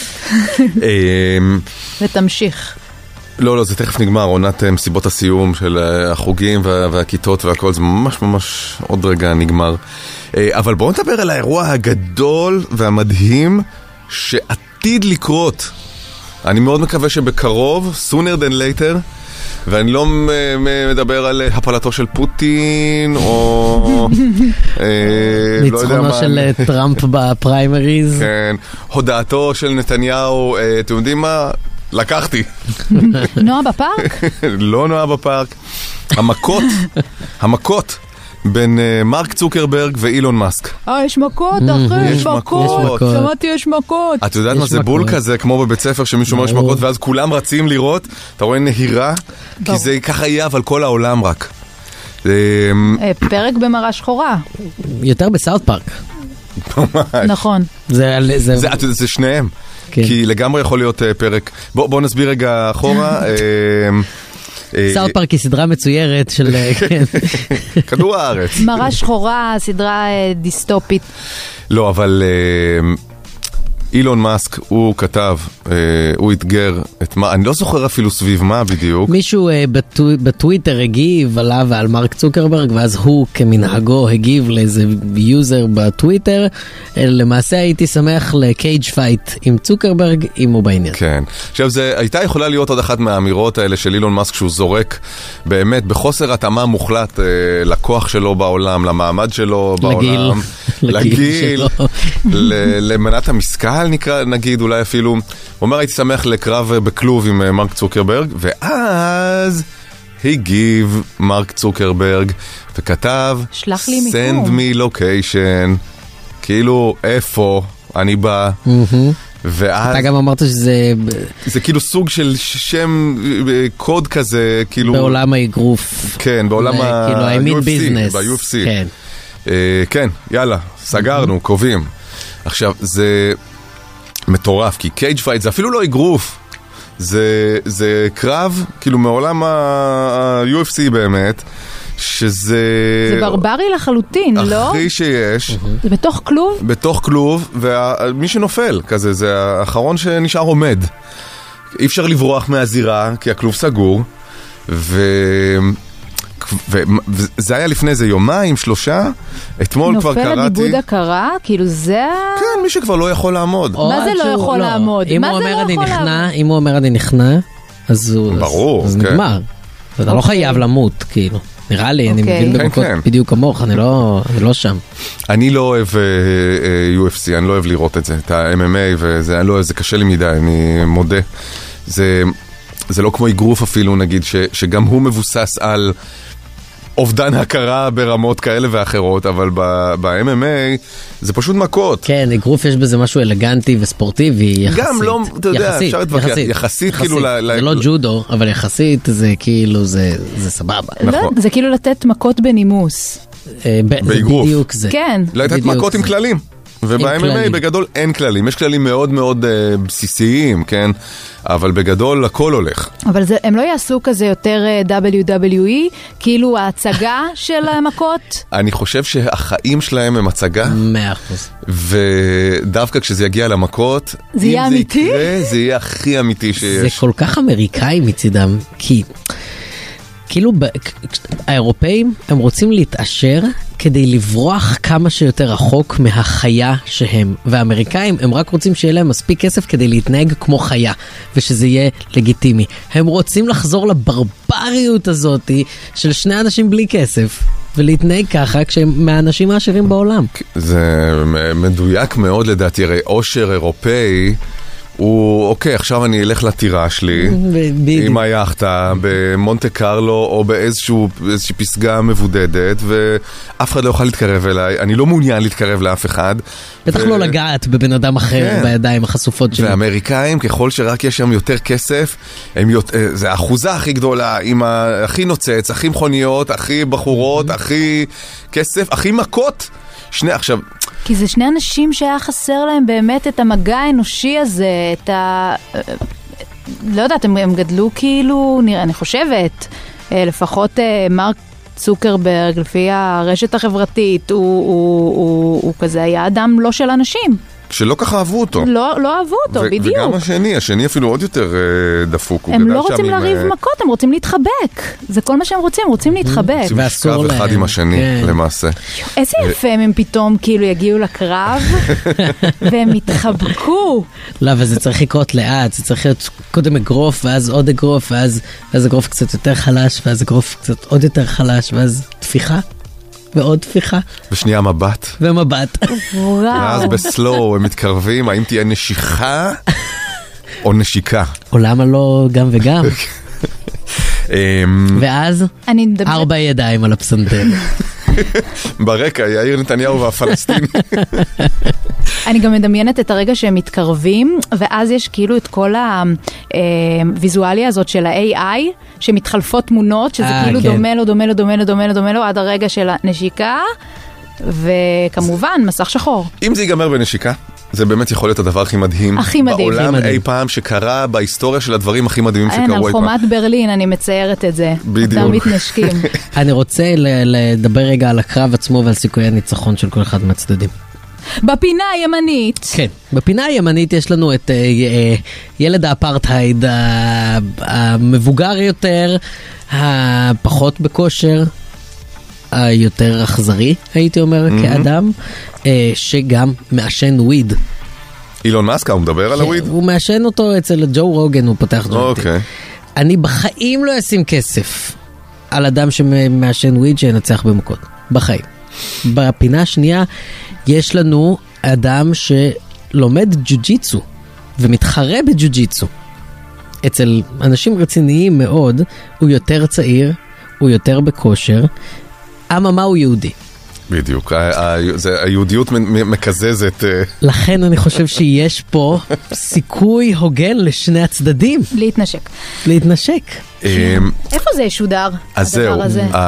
ותמשיך. לא, לא, זה תכף נגמר, עונת מסיבות הסיום של החוגים והכיתות והכל, זה ממש ממש עוד רגע נגמר. אבל בואו נדבר על האירוע הגדול והמדהים שעתיד לקרות. אני מאוד מקווה שבקרוב, sooner than later, ואני לא מדבר על הפלתו של פוטין, או ניצחונו של טראמפ בפריימריז. כן, הודעתו של נתניהו, אתם יודעים מה? לקחתי. נועה בפארק? לא נועה בפארק. המכות, המכות בין מרק צוקרברג ואילון מאסק. אה, יש מכות, אחי, יש מכות. שמעתי, יש מכות. את יודעת מה זה בול כזה, כמו בבית ספר שמישהו אומר יש מכות, ואז כולם רצים לראות, אתה רואה נהירה, כי זה ככה יהיה, אבל כל העולם רק. פרק במראה שחורה. יותר בסאוט פארק. נכון. זה שניהם. כי לגמרי יכול להיות פרק. בואו נסביר רגע אחורה. סאוט פארק היא סדרה מצוירת של כדור הארץ. מראה שחורה, סדרה דיסטופית. לא, אבל אילון מאסק, הוא כתב, הוא התגר את מה, אני לא זוכר אפילו סביב מה בדיוק. מישהו בטוויטר הגיב עליו ועל מרק צוקרברג, ואז הוא כמנהגו הגיב לאיזה יוזר בטוויטר. למעשה הייתי שמח לקייג' פייט עם צוקרברג, אם הוא בעניין. כן. עכשיו, זה הייתה יכולה להיות עוד אחת מהאמירות האלה של אילון מאסק, שהוא זורק באמת בחוסר התאמה מוחלט לכוח שלו בעולם, למעמד שלו בעולם. לגיל. למנת המשכל. נקרא, נגיד, אולי אפילו, הוא אומר, הייתי שמח לקרב בכלוב עם מרק צוקרברג, ואז הגיב מרק צוקרברג, וכתב, send me location, כאילו, איפה אני בא, ואז... אתה גם אמרת שזה... זה כאילו סוג של שם, קוד כזה, כאילו... בעולם האגרוף. כן, בעולם ה-יו אף סי, ב-יו אף סי. כן. כן, יאללה, סגרנו, קובעים. עכשיו, זה... מטורף, כי קייג' פייט זה אפילו לא אגרוף, זה, זה קרב, כאילו מעולם ה-יו אף סי באמת, שזה... זה ברברי לחלוטין, לא? הכי שיש. זה בתוך כלוב? בתוך כלוב, ומי שנופל כזה, זה האחרון שנשאר עומד. אי אפשר לברוח מהזירה, כי הכלוב סגור, ו... וזה היה לפני זה יומיים, שלושה, אתמול כבר קראתי... נופל עדיבוד הכרה? כאילו זה... כן, מי שכבר לא יכול לעמוד. מה זה לא יכול לעמוד? אם הוא אומר אני נכנע, אם הוא אומר אני נכנע, אז הוא... ברור, אז נגמר. אתה לא חייב למות, כאילו. נראה לי, אני מבין במקות בדיוק כמוך, אני לא שם. אני לא אוהב יו אף סי, אני לא אוהב לראות את זה, את ה-אם אם איי, וזה קשה לי מדי, אני מודה. זה... זה לא כמו אגרוף אפילו, נגיד, ש, שגם הוא מבוסס על אובדן הכרה ברמות כאלה ואחרות, אבל ב-אם אם איי זה פשוט מכות. כן, אגרוף יש בזה משהו אלגנטי וספורטיבי, יחסית. גם לא, אתה יודע, יחסית, אפשר להתווכח, יחסית, יחסית, כאילו... זה ל, לא ג'ודו, אבל יחסית זה כאילו, זה, זה סבבה. נכון. זה כאילו לתת מכות בנימוס. באגרוף. בדיוק זה. כן. לתת מכות עם כללים. וב-אם אם איי בגדול אין כללים, יש כללים מאוד מאוד uh, בסיסיים, כן? אבל בגדול הכל הולך. אבל זה, הם לא יעשו כזה יותר דאבליו דאבליו אי, כאילו ההצגה של המכות? אני חושב שהחיים שלהם הם הצגה. מאה אחוז. ודווקא כשזה יגיע למכות, זה יהיה אמיתי? זה יקרה, זה יהיה הכי אמיתי שיש. זה כל כך אמריקאי מצידם, כי... כאילו, האירופאים, הם רוצים להתאשר כדי לברוח כמה שיותר רחוק מהחיה שהם. והאמריקאים הם רק רוצים שיהיה להם מספיק כסף כדי להתנהג כמו חיה, ושזה יהיה לגיטימי. הם רוצים לחזור לברבריות הזאת של שני אנשים בלי כסף. ולהתנהג ככה כשהם מהאנשים העשירים בעולם. זה מדויק מאוד לדעתי, הרי עושר אירופאי הוא, אוקיי, עכשיו אני אלך לטירה שלי עם היאכטה במונטה קרלו או באיזושהי פסגה מבודדת ואף אחד לא יוכל להתקרב אליי, אני לא מעוניין להתקרב לאף אחד. בטח לא לגעת בבן אדם אחר בידיים החשופות שלי. והאמריקאים, ככל שרק יש שם יותר כסף, זה האחוזה הכי גדולה, עם הכי נוצץ, הכי מכוניות, הכי בחורות, הכי כסף, הכי מכות. שני, עכשיו... כי זה שני אנשים שהיה חסר להם באמת את המגע האנושי הזה, את ה... לא יודעת, הם, הם גדלו כאילו, אני חושבת, לפחות מרק צוקרברג, לפי הרשת החברתית, הוא, הוא, הוא, הוא כזה היה אדם לא של אנשים. שלא ככה אהבו אותו. לא, לא אהבו אותו, ו- בדיוק. וגם השני, השני אפילו עוד יותר uh, דפוק. הם לא רוצים לריב עם... מכות, הם רוצים להתחבק. זה כל מה שהם רוצים, הם רוצים להתחבק. רוצים קרב אחד עם השני, כן. למעשה. איזה יפה הם פתאום כאילו יגיעו לקרב, והם יתחבקו. לא, אבל זה צריך לקרות לאט, זה צריך להיות קודם אגרוף, ואז עוד אגרוף, ואז, ואז אגרוף קצת יותר חלש, ואז אגרוף קצת עוד יותר חלש, ואז תפיחה. ועוד תפיחה. ושנייה מבט. ומבט. ואז בסלואו הם מתקרבים, האם תהיה נשיכה או נשיקה. או למה לא גם וגם. ואז ארבע ידיים על הפסנתר. ברקע, יאיר נתניהו והפלסטיני. אני גם מדמיינת את הרגע שהם מתקרבים, ואז יש כאילו את כל הוויזואליה הזאת של ה-איי איי, שמתחלפות תמונות, שזה כאילו דומה לו, דומה לו, דומה לו, דומה לו, דומה לו, עד הרגע של הנשיקה, וכמובן, מסך שחור. אם זה ייגמר בנשיקה, זה באמת יכול להיות הדבר הכי מדהים. הכי מדהים. בעולם אי פעם שקרה בהיסטוריה של הדברים הכי מדהימים שקרו אי פעם. על חומת ברלין, אני מציירת את זה. בדיוק. אתה מתנשקים. אני רוצה לדבר רגע על הקרב עצמו ועל סיכויי הניצחון של כל אחד מהצדדים. בפינה הימנית. כן, בפינה הימנית יש לנו את ילד האפרטהייד המבוגר יותר, הפחות בכושר, היותר אכזרי, הייתי אומר, כאדם, שגם מעשן וויד. אילון מאסק, הוא מדבר על הוויד? הוא מעשן אותו אצל ג'ו רוגן, הוא פותח ג'וינטים. אני בחיים לא אשים כסף על אדם שמעשן וויד שינצח במכות. בחיים. בפינה השנייה יש לנו אדם שלומד ג'ו-ג'יצו ומתחרה בג'ו-ג'יצו. אצל אנשים רציניים מאוד, הוא יותר צעיר, הוא יותר בכושר. אממה הוא יהודי. בדיוק, היהודיות מקזזת. לכן אני חושב שיש פה סיכוי הוגן לשני הצדדים. להתנשק. להתנשק. איפה זה ישודר? אז זהו.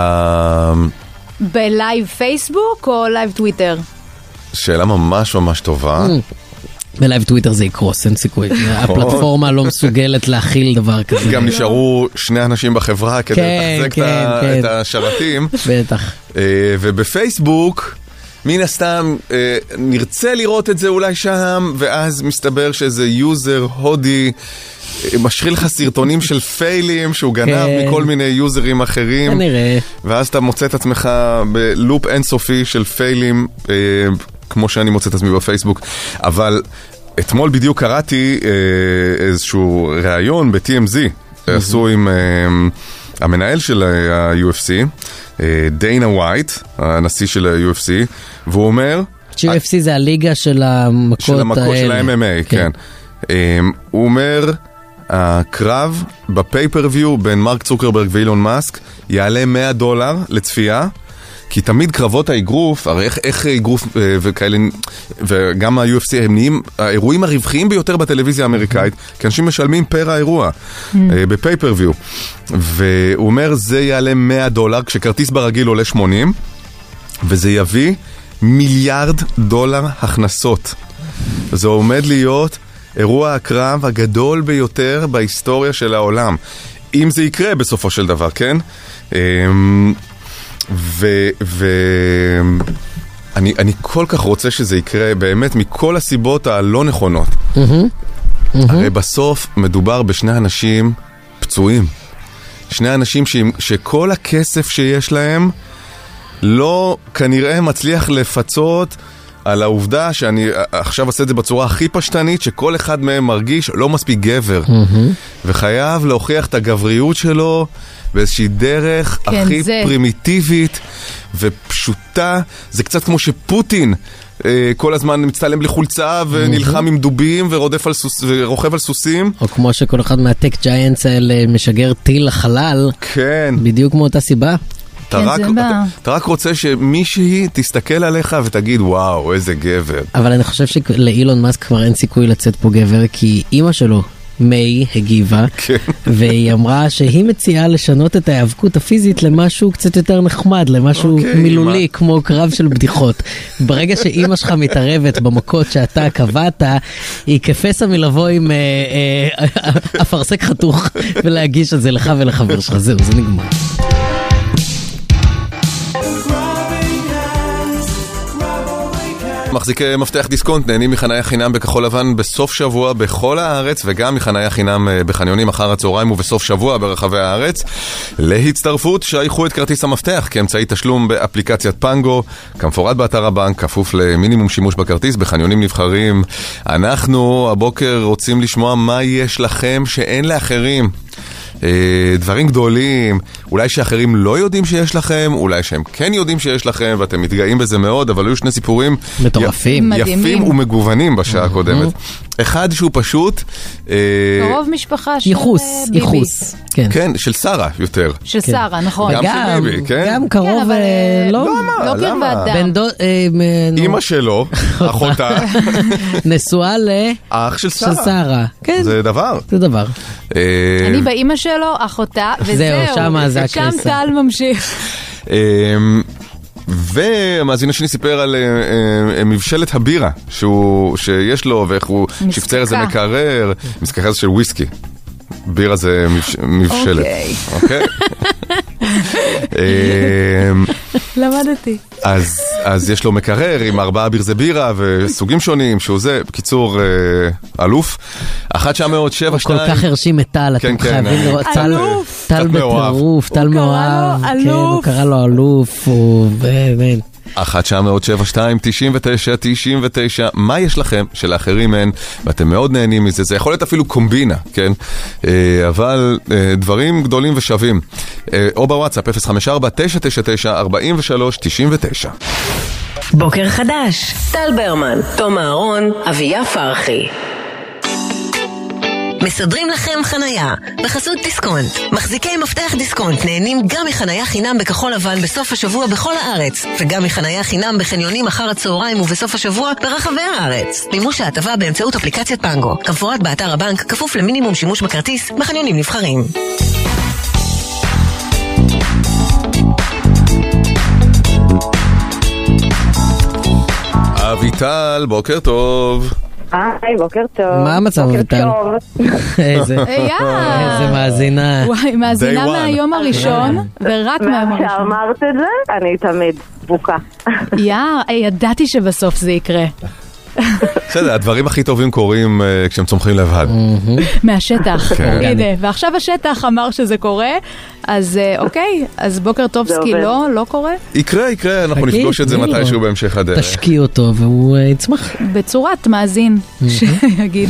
בלייב פייסבוק או לייב טוויטר? שאלה ממש ממש טובה. בלייב טוויטר זה יקרוס, אין סיכוי. הפלטפורמה לא מסוגלת להכיל דבר כזה. גם נשארו שני אנשים בחברה כדי לתחזק את השרתים. בטח. ובפייסבוק, מן הסתם, נרצה לראות את זה אולי שם, ואז מסתבר שזה יוזר הודי, משחיל לך סרטונים של פיילים שהוא גנב מכל מיני יוזרים אחרים. כנראה. ואז אתה מוצא את עצמך בלופ אינסופי של פיילים, כמו שאני מוצא את עצמי בפייסבוק. אבל אתמול בדיוק קראתי איזשהו ראיון ב-טי אם זי, עשו עם המנהל של ה-יו אף סי, דיינה ווייט, הנשיא של ה-יו אף סי, והוא אומר... יו אף סי זה הליגה של המכות האלה. של המכות של ה-אם אם איי, כן. הוא אומר, הקרב בפייפריוויו בין מרק צוקרברג ואילון מאסק יעלה מאה דולר לצפייה, כי תמיד קרבות האגרוף, הרי איך, איך אגרוף וכאלה, וגם ה-יו אף סי הם נהיים האירועים הרווחיים ביותר בטלוויזיה האמריקאית, כי אנשים משלמים פר האירוע, בפייפריוויו. והוא אומר, זה יעלה מאה דולר, כשכרטיס ברגיל עולה שמונים, וזה יביא מיליארד דולר הכנסות. זה עומד להיות אירוע הקרב הגדול ביותר בהיסטוריה של העולם. אם זה יקרה בסופו של דבר, כן? ו... ו... אני, אני כל כך רוצה שזה יקרה באמת מכל הסיבות הלא נכונות. Mm-hmm. Mm-hmm. הרי בסוף מדובר בשני אנשים פצועים. שני אנשים ש... שכל הכסף שיש להם לא כנראה מצליח לפצות על העובדה שאני עכשיו עושה את זה בצורה הכי פשטנית, שכל אחד מהם מרגיש לא מספיק גבר, וחייב להוכיח את הגבריות שלו באיזושהי דרך הכי פרימיטיבית ופשוטה. זה קצת כמו שפוטין כל הזמן מצטלם לחולצה ונלחם עם דובים ורודף על סוס, ורוכב על סוסים. או כמו שכל אחד מהטק ג'יינטס האלה משגר טיל לחלל. כן. בדיוק מאותה סיבה. אתה רק, אתה, אתה רק רוצה שמישהי תסתכל עליך ותגיד וואו, איזה גבר. אבל אני חושב שלאילון מאסק כבר אין סיכוי לצאת פה גבר, כי אמא שלו מיי הגיבה, כן. והיא אמרה שהיא מציעה לשנות את ההיאבקות הפיזית למשהו קצת יותר נחמד, למשהו okay, מילולי, מה? כמו קרב של בדיחות. ברגע שאימא שלך מתערבת במכות שאתה קבעת, היא כפסע מלבוא עם אה, אה, אפרסק חתוך ולהגיש את זה לך ולחבר שלך. זהו, זה נגמר. מחזיקי מפתח דיסקונט נהנים מחניה חינם בכחול לבן בסוף שבוע בכל הארץ, וגם מחניה חינם בחניונים אחר הצהריים ובסוף שבוע ברחבי הארץ. להצטרפות שייכו את כרטיס המפתח כאמצעי תשלום באפליקציית פנגו, כמפורט באתר הבנק, כפוף למינימום שימוש בכרטיס בחניונים נבחרים. אנחנו הבוקר רוצים לשמוע מה יש לכם שאין לאחרים. דברים גדולים, אולי שאחרים לא יודעים שיש לכם, אולי שהם כן יודעים שיש לכם ואתם מתגאים בזה מאוד, אבל היו שני סיפורים מטורפים, יפים ומגוונים בשעה הקודמת. אחד שהוא פשוט קרוב משפחה של ייחוס, ייחוס, כן, של שרה יותר, של שרה, נכון, גם של ביבי, כן, גם קרוב, לא קרבה דם, אמא שלו, אחותה נשואה לאח של שרה, זה דבר, זה דבר. אני באמא שלו, אחותה, וזהו, שם טל ממשיך. ומאזין השני סיפר על מבשלת הבירה שיש לו, ואיך הוא שפצר איזה מקרר, מסקחז של וויסקי. בירה זה מבשלת. אוקיי. למדתי. אז, אז יש לו מקרר עם ארבעה ברזי בירה וסוגים שונים, שהוא זה, בקיצור, אלוף. אחת תשע מאות שבעים ושתיים. הוא כל כך הרשים את טל, אתם חייבים לראות. אלוף. טל בטירוף, טל מאוהב. הוא קרא לו אלוף, הוא באמת. אחת תשע מאות שבעים ושתיים תשעים ותשע תשעים ותשע. מה יש לכם שלאחרים אין ואתם מאוד נהנים מזה? זה יכול להיות אפילו קומבינה, כן? אבל דברים גדולים ושווים. או בוואטסאפ אפס חמש ארבע תשע תשע תשע ארבע שלוש תשע תשע. בוקר חדש, טל ברמן, תום אהרון, אביה פרחי. מסדרים לכם חנייה בחסות דיסקונט. מחזיקי מפתח דיסקונט נהנים גם מחנייה חינם בכחול לבן בסוף השבוע בכל הארץ, וגם מחנייה חינם בחניונים אחר הצהריים ובסוף השבוע ברחבי הארץ. מימוש ההטבה באמצעות אפליקציית פנגו, כמפורט באתר הבנק, כפוף למינימום שימוש בכרטיס בחניונים נבחרים. אביטל, בוקר טוב. היי, בוקר טוב. מה המצב, אביטל? איזה מאזינה. וואי, מאזינה מהיום הראשון, ורק מהיום הראשון. כשאמרת את זה, אני תמיד בוקה. יא, ידעתי שבסוף זה יקרה. בסדר, הדברים הכי טובים קורים כשהם צומחים לבד. מהשטח, הנה, ועכשיו השטח אמר שזה קורה, אז אוקיי, אז בוקר טוב סקי לא, לא קורה? יקרה, יקרה, אנחנו נפגוש את זה מתישהו בהמשך הדרך. תשקיע אותו והוא יצמח. בצורת מאזין, שיגיד.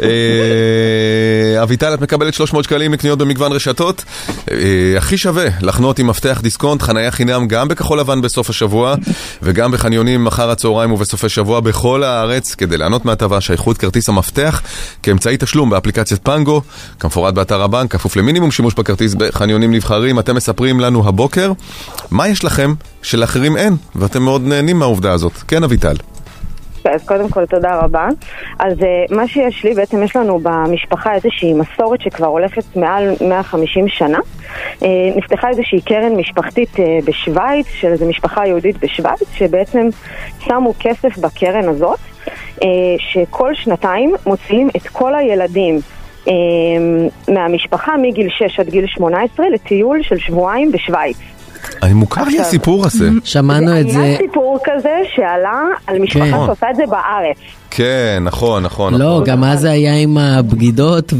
אביטל, את מקבלת שלוש מאות שקלים מקניות במגוון רשתות. הכי שווה לחנות עם מפתח דיסקונט, חנייה חינם גם בכחול לבן בסוף השבוע, וגם בחניונים אחר הצהריים ובסופי שבוע בכל הארץ, כדי לענות מהטבה שייכות כרטיס המפתח כאמצעי תשלום באפליקציית פנגו, כמפורט באתר הבנק, כפוף למינימום שימוש בכרטיס בחניונים נבחרים. אתם מספרים לנו הבוקר מה יש לכם שלאחרים אין, ואתם מאוד נהנים מהעובדה הזאת. כן, אביטל. אז קודם כל תודה רבה. אז מה שיש לי, בעצם יש לנו במשפחה איזושהי מסורת שכבר הולכת מעל מאה וחמישים שנה. נפתחה איזושהי קרן משפחתית בשוויץ, של איזו משפחה יהודית בשוויץ, שבעצם שמו כסף בקרן הזאת, שכל שנתיים מוציאים את כל הילדים מהמשפחה מגיל שש עד גיל שמונה עשרה לטיול של שבועיים בשוויץ. אני מוכר לי הסיפור הזה. שמענו את זה. היה סיפור כזה שעלה על משפחה שעושה את זה בארץ. כן, נכון, נכון. לא, גם אז זה היה עם הבגידות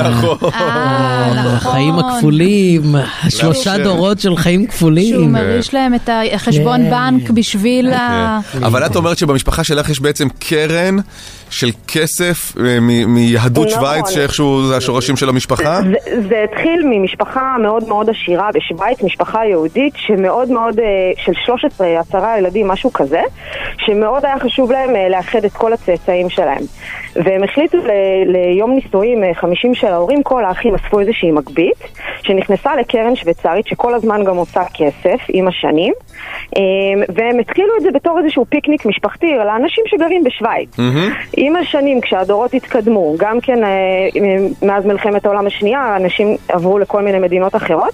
והחיים הכפולים, שלושה דורות של חיים כפולים. שהוא מריש להם את החשבון בנק בשביל ה... אבל את אומרת שבמשפחה שלך יש בעצם קרן של כסף מיהדות שוויץ, שאיכשהו זה השורשים של המשפחה? זה התחיל ממשפחה מאוד מאוד עשירה בשוויץ, משפחה יהודית שמאוד מאוד, של שלוש עשרה, עשרה ילדים, משהו כזה, שמאוד היה חשוב להם לאחד את כל הצאצאים שלהם. והם החליטו ל- ליום נישואים חמישים של ההורים, כל האחים אספו איזושהי מגבית, שנכנסה לקרן שוויצרית שכל הזמן גם עושה כסף עם השנים, והם התחילו את זה בתור איזשהו פיקניק משפחתי לאנשים שגרים בשוויץ. Mm-hmm. עם השנים, כשהדורות התקדמו, גם כן מאז מלחמת העולם השנייה, אנשים עברו לכל מיני מדינות אחרות,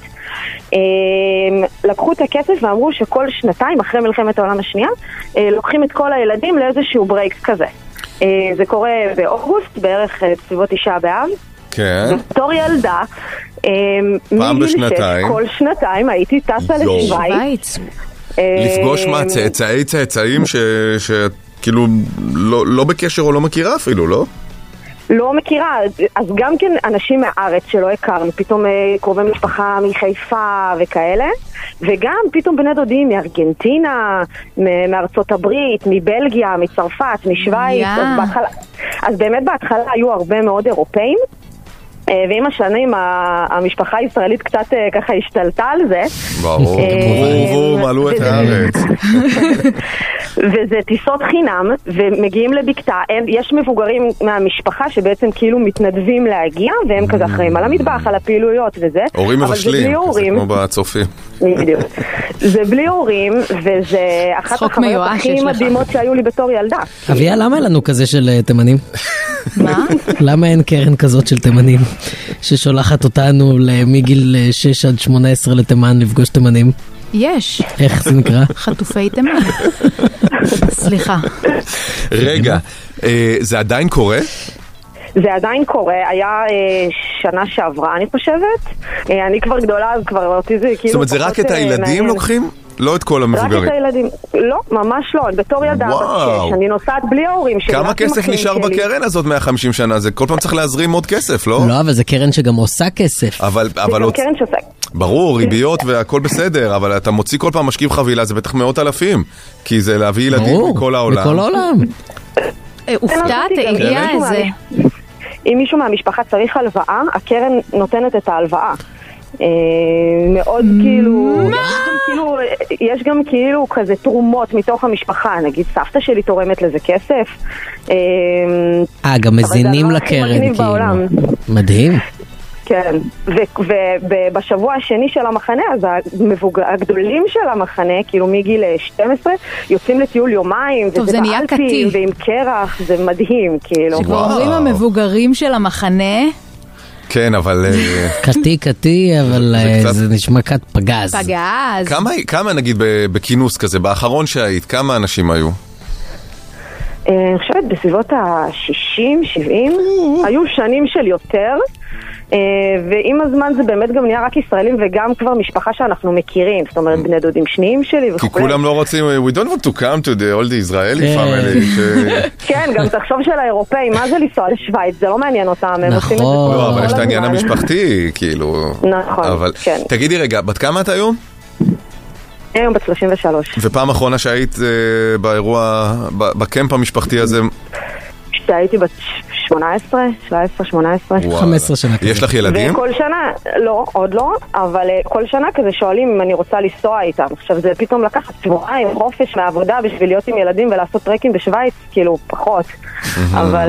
לקחו את הכסף ואמרו שכל שנתיים אחרי מלחמת העולם השנייה, לוקחים את כל הילדים לאיזשהו ברייק כזה. זה קורה באוגוסט, בערך סביבות תשעה באב. כן. בתור ילדה, פעם בשנתיים. כל שנתיים הייתי טסה לשוויץ. לפגוש מה, צאצאי צאצאים שכאילו לא בקשר או לא מכירה אפילו, לא? לא מכירה, אז גם כן אנשים מהארץ שלא הכרנו, פתאום קרובי משפחה מחיפה וכאלה, וגם פתאום בני דודים מארגנטינה, מארצות הברית, מבלגיה, מצרפת, משוויץ, אז, בהתחלה, אז באמת בהתחלה היו הרבה מאוד אירופאים, ועם השנים המשפחה הישראלית קצת ככה השתלטה על זה. ברור, ברור, מעלו את הארץ. וזה טיסות חינם, ומגיעים לבקתה, יש מבוגרים מהמשפחה שבעצם כאילו מתנדבים להגיע, והם כזה אחראים על המטבח, על הפעילויות וזה. הורים מבשלים, כזה כמו בצופים. בדיוק. זה בלי הורים, וזה אחת החוויות הכי מדהימות שהיו לי בתור ילדה. אביה, למה לנו כזה של תימנים? מה? למה אין קרן כזאת של תימנים ששולחת אותנו מגיל שש עד שמונה עשרה לתימן לפגוש תימנים? יש. איך זה נקרא? חטופי תימן. סליחה. רגע, זה עדיין קורה? זה עדיין קורה, היה אה, שנה שעברה אני חושבת, אה, אני כבר גדולה אז כבר אותי זה כאילו... זאת אומרת זה רק את הילדים לוקחים? לא את כל המבוגרים? רק את הילדים, לא, ממש לא, בתור ילדה בת שש, אני נוסעת בלי ההורים שלי. כמה כסף נשאר בקרן הזאת מאה וחמישים שנה? זה כל פעם צריך להזרים עוד כסף, לא? לא, אבל זה קרן שגם עושה כסף. אבל... זה גם קרן שעושה. ברור, ריביות והכל בסדר, אבל אתה מוציא כל פעם משקיב חבילה, זה בטח מאות אלפים, כי זה להביא ילדים מכל העולם. מכל העולם. הופתעת, הגיע איזה... אם מישהו מהמשפחה צריך הלוואה, הקרן נותנת את ההלוואה. מאוד כאילו, יש גם כאילו כזה תרומות מתוך המשפחה, נגיד סבתא שלי תורמת לזה כסף. אה, גם מזינים לקרן, כאילו. מדהים. כן, ובשבוע השני של המחנה, אז הגדולים של המחנה, כאילו מגיל שתים עשרה, יוצאים לטיול יומיים, וזה באלפים, ועם קרח, זה מדהים, כאילו. שכבר אומרים המבוגרים של המחנה... כן, אבל... קטי, קטי, אבל זה נשמע קט פגז. פגז. כמה, נגיד, בכינוס כזה, באחרון שהיית, כמה אנשים היו? אני חושבת בסביבות ה-שישים שבעים, היו שנים של יותר, ועם הזמן זה באמת גם נהיה רק ישראלים וגם כבר משפחה שאנחנו מכירים, זאת אומרת בני דודים שניים שלי וכו'. כי כולם לא רוצים, we don't want to come to the all the Israeli family. כן, גם תחשוב של האירופאים, מה זה לנסוע לשוויץ? זה לא מעניין אותם, הם עושים את זה. לא, אבל יש את העניין המשפחתי, כאילו. נכון, כן. תגידי רגע, בת כמה את היום? היום בת שלושים ושלוש. ופעם אחרונה שהיית באירוע, בקמפ המשפחתי הזה? שהייתי בת שמונה עשרה, שבע עשרה, שמונה עשרה. חמש עשרה שנה. יש לך ילדים? וכל שנה, לא, עוד לא, אבל כל שנה כזה שואלים אם אני רוצה לנסוע איתם. עכשיו זה פתאום לקחת שבועיים חופש מהעבודה בשביל להיות עם ילדים ולעשות טרקים בשוויץ, כאילו פחות. אבל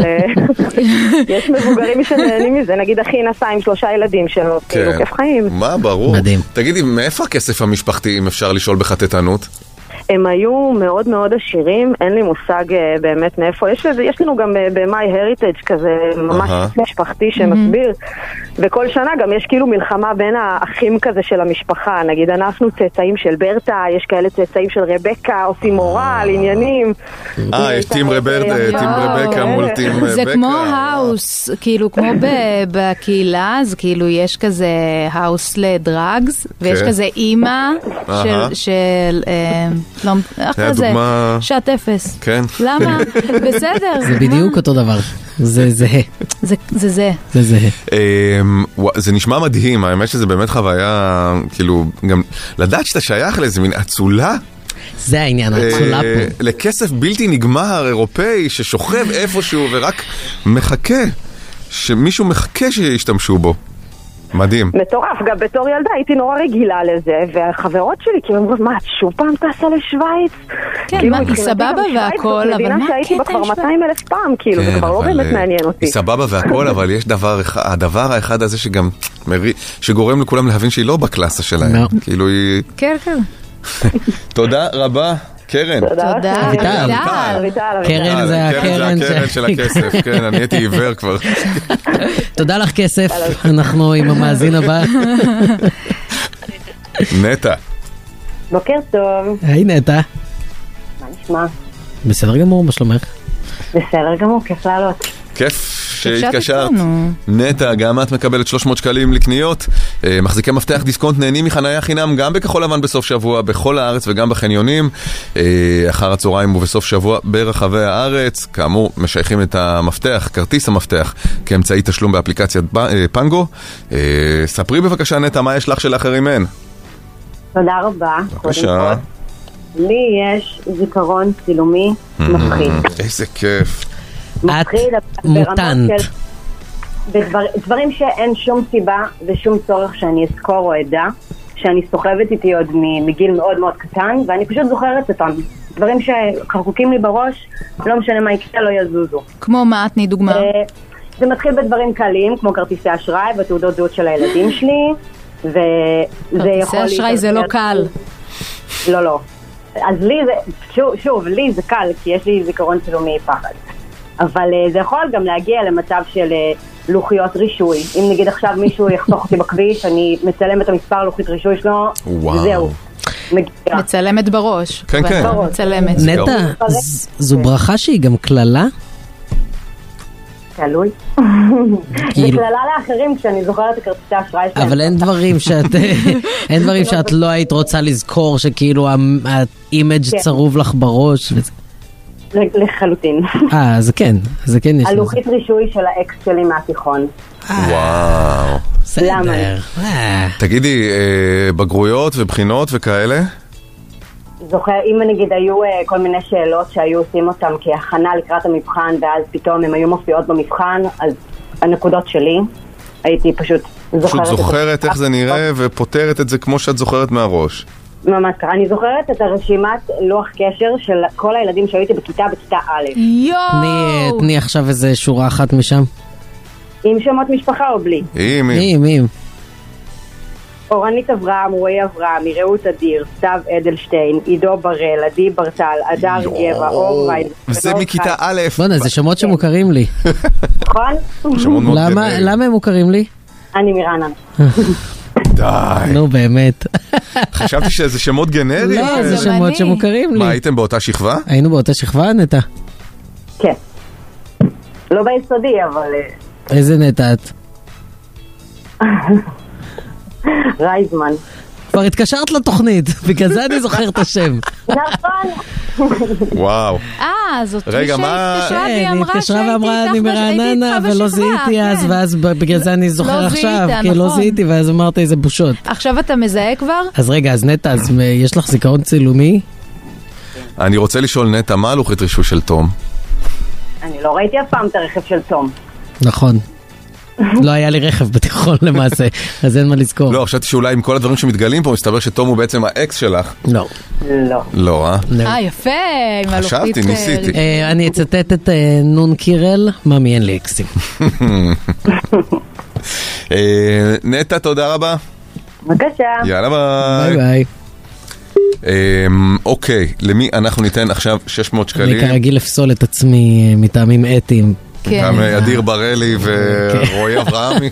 יש מבוגרים שנהנים מזה, נגיד אחי נסע עם שלושה ילדים שלו, כאילו כיף חיים. מה, ברור. מדהים. תגידי, מאיפה הכסף המשפחתי, אם אפשר לשאול בחטטנות? הם היו מאוד מאוד עשירים, אין לי מושג באמת מאיפה. יש, יש לנו גם ב-My Heritage כזה ממש uh-huh. משפחתי שמסביר, mm-hmm. וכל שנה גם יש כאילו מלחמה בין האחים כזה של המשפחה. נגיד אנחנו צאצאים של ברטה, יש כאלה צאצאים של רבקה, עושים מורל, עניינים. אה, יש טים רברטה, טים רבקה מול טים בקה. זה כמו האוס, כאילו כמו בקהילה, אז כאילו יש כזה האוס לדרגס, ויש כזה אימא של... לא, אחרי זה, שעת אפס. כן. למה? בסדר. זה בדיוק אותו דבר. זה זהה. זה זה. זה זהה. זה נשמע מדהים, האמת שזה באמת חוויה, כאילו, גם לדעת שאתה שייך לאיזה מין אצולה, זה העניין, האצולה פה. לכסף בלתי נגמר, אירופאי, ששוכב איפשהו ורק מחכה, שמישהו מחכה שישתמשו בו. מדהים. מטורף, גם בתור ילדה הייתי נורא רגילה לזה, והחברות שלי כאילו אמרו, מה, את שוב פעם טסה לשוויץ? כן, מה, היא סבבה והכל, אבל מה שהייתי בה כבר מאתיים אלף פעם, כאילו, זה כבר לא באמת מעניין אותי. היא סבבה והכל, אבל יש דבר, הדבר האחד הזה שגם, שגורם לכולם להבין שהיא לא בקלאסה שלהם. כאילו היא... כן, כן. תודה רבה. קרן. תודה. אביטל. קרן זה הקרן של הכסף. כן, אני הייתי עיוור כבר. תודה לך כסף. אנחנו עם המאזין הבא. נטע. בוקר טוב. היי נטע. מה נשמע? בסדר גמור, מה שלומך? בסדר גמור, כיף לעלות. כיף שהתקשרת. נטע, גם את מקבלת שלוש מאות שקלים לקניות. מחזיקי מפתח דיסקונט נהנים מחניה חינם גם בכחול לבן בסוף שבוע, בכל הארץ וגם בחניונים. אחר הצהריים ובסוף שבוע ברחבי הארץ. כאמור, משייכים את המפתח, כרטיס המפתח, כאמצעי תשלום באפליקציית פנגו. ספרי בבקשה נטע, מה יש לך של אחרים אין? תודה רבה. בבקשה. לי יש זיכרון צילומי מפחיד. איזה כיף. את מוטנט. דברים שאין שום סיבה ושום צורך שאני אזכור או אדע, שאני סוחבת איתי עוד מגיל מאוד מאוד קטן, ואני פשוט זוכרת אותם. דברים שחרקוקים לי בראש, לא משנה מה יקרה, לא יזוזו. כמו מה? תני דוגמה. זה מתחיל בדברים קלים, כמו כרטיסי אשראי ותעודות זהות של הילדים שלי, וזה יכול... כרטיסי אשראי זה לא קל. לא, לא. אז לי זה, שוב, שוב, לי זה קל, כי יש לי זיכרון צילומי פחד. אבל זה יכול גם להגיע למצב של לוחיות רישוי. אם נגיד עכשיו מישהו יחתוך אותי בכביש, אני מצלם את המספר לוחית רישוי שלו, וזהו. מצלמת בראש. כן, כן. מצלמת. נטע, זו ברכה שהיא גם כללה? תלוי. זה כללה לאחרים כשאני זוכרת את כרטיסי האשראי שלהם. אבל אין דברים שאת אין דברים שאת לא היית רוצה לזכור, שכאילו האימג' צרוב לך בראש וזה. לחלוטין. אה, זה כן, זה כן יש. הלוחית רישוי של האקס שלי מהתיכון. וואו. בסדר. תגידי, בגרויות ובחינות וכאלה? זוכר, אם נגיד היו כל מיני שאלות שהיו עושים אותם כהכנה לקראת המבחן, ואז פתאום הם היו מופיעות במבחן, אז הנקודות שלי, הייתי פשוט זוכרת... פשוט זוכרת איך זה נראה ופותרת את זה כמו שאת זוכרת מהראש. ממש ככה, אני זוכרת את הרשימת לוח קשר של כל הילדים שהייתי בכיתה, בכיתה א'. יואו! תני עכשיו איזה שורה אחת משם. עם שמות משפחה או בלי? עם, עם. עם. אורנית אברהם, רועי אברהם, רעות אדיר, סתיו אדלשטיין, עידו בראל, עדי ברטל, אדר גבע, אור וייד. וזה מכיתה א'. בוא'נה, זה שמות שמוכרים לי. נכון? למה הם מוכרים לי? אני מרענן. די. נו באמת. חשבתי שזה שמות גנריים. לא, זה שמות שמוכרים לי. מה, הייתם באותה שכבה? היינו באותה שכבה, נטע? כן. לא ביסודי, אבל... איזה נטע את? רייזמן. כבר התקשרת לתוכנית, בגלל זה אני זוכר את השם. נכון. וואו. אה, זאת רגע, מה... התקשרה והיא אמרה התקשרה ואמרה, אני מרעננה, ולא זיהיתי אז, ואז בגלל זה אני זוכר עכשיו, כי לא זיהיתי, ואז אמרת איזה בושות. עכשיו אתה מזהה כבר? אז רגע, אז נטע, אז יש לך זיכרון צילומי? אני רוצה לשאול נטע, מה הלוחית רישוי של תום? אני לא ראיתי אף פעם את הרכב של תום. נכון. לא היה לי רכב בתיכון למעשה, אז אין מה לזכור. לא, חשבתי שאולי עם כל הדברים שמתגלים פה, מסתבר שתום הוא בעצם האקס שלך. לא. לא. לא, אה? אה, יפה, עם הלוחית. חשבתי, ניסיתי. אני אצטט את נון קירל, ממי אין לי אקסים. נטע, תודה רבה. בבקשה. יאללה ביי. ביי ביי. אוקיי, למי אנחנו ניתן עכשיו שש מאות שקלים? אני כרגיל לפסול את עצמי מטעמים אתיים. גם אדיר ברלי ורועי אברהמי.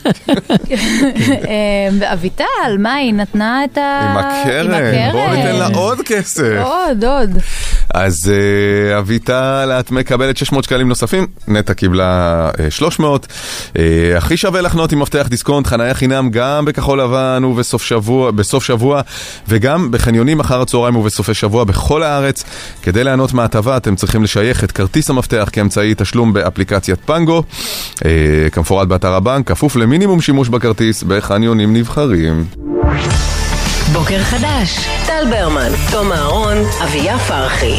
ואביטל, מה היא נתנה את ה... עם הקרן, בואו ניתן לה עוד כסף. עוד, עוד. אז uh, אביטל, את מקבלת שש מאות שקלים נוספים, נטע קיבלה uh, שלוש מאות. Uh, הכי שווה לחנות עם מפתח דיסקונט, חניה חינם גם בכחול לבן ובסוף שבוע, בסוף שבוע, וגם בחניונים אחר הצהריים ובסופי שבוע בכל הארץ. כדי ליהנות מההטבה, אתם צריכים לשייך את כרטיס המפתח כאמצעי תשלום באפליקציית פנגו, uh, כמפורט באתר הבנק, כפוף למינימום שימוש בכרטיס בחניונים נבחרים. בוקר חדש, טל ברמן, תום אהרון, אביה פרחי.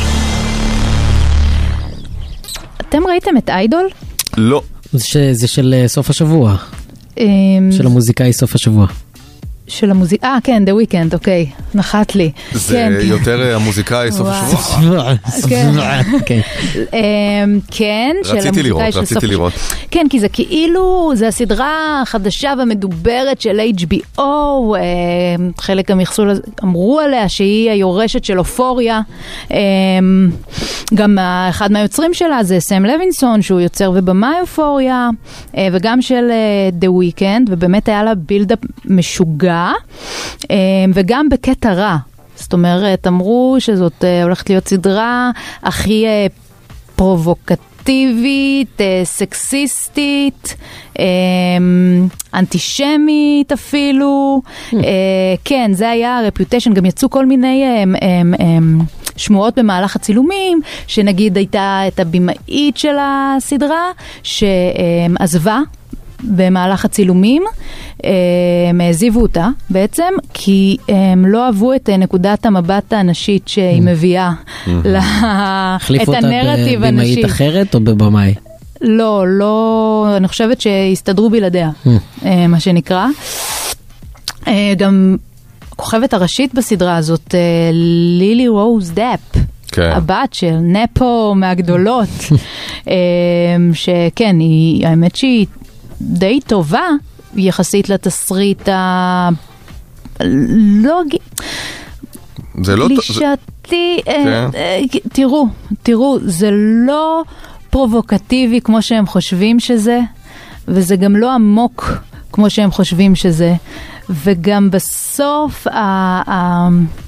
אתם ראיתם את איידול? לא. זה של סוף השבוע. של המוזיקאי סוף השבוע. של המוזיקה, אה כן, The Weeknd, אוקיי, נחת לי. זה כן, יותר המוזיקאי סוף השבוע? כן, כן, רציתי לראות, רציתי לראות. כן, כי זה כאילו, זה הסדרה החדשה והמדוברת של אייץ' בי או, חלק המחסול אמרו עליה שהיא היורשת של אופוריה, גם אחד מהיוצרים שלה זה סם לוינסון, שהוא יוצר ובמאי אופוריה, וגם של The Weeknd, ובאמת היה לה בילדאפ משוגע, וגם בקטע רע. זאת אומרת, אמרו שזאת הולכת להיות סדרה הכי פרובוקטיבית, סקסיסטית, אנטישמית אפילו. כן, זה היה הרפיוטיישן. גם יצאו כל מיני שמועות במהלך הצילומים, שנגיד הייתה את הבמאית של הסדרה שעזבה במהלך הצילומים, הם העזיבו אותה בעצם, כי הם לא אהבו את נקודת המבט הנשית שהיא מביאה את הנרטיב הנשי. החליפו אותה בבמאית אחרת או בבמאי? לא, לא, אני חושבת שהסתדרו בלעדיה, מה שנקרא. גם הכוכבת הראשית בסדרה הזאת, לילי רוז דאפ, הבת של נפו מהגדולות, שכן, האמת שהיא די טובה יחסית לתסריט ה... לא... זה לא... גישתי... תראו, תראו, זה לא פרובוקטיבי כמו שהם חושבים שזה, וזה גם לא עמוק כמו שהם חושבים שזה, וגם בסוף ה...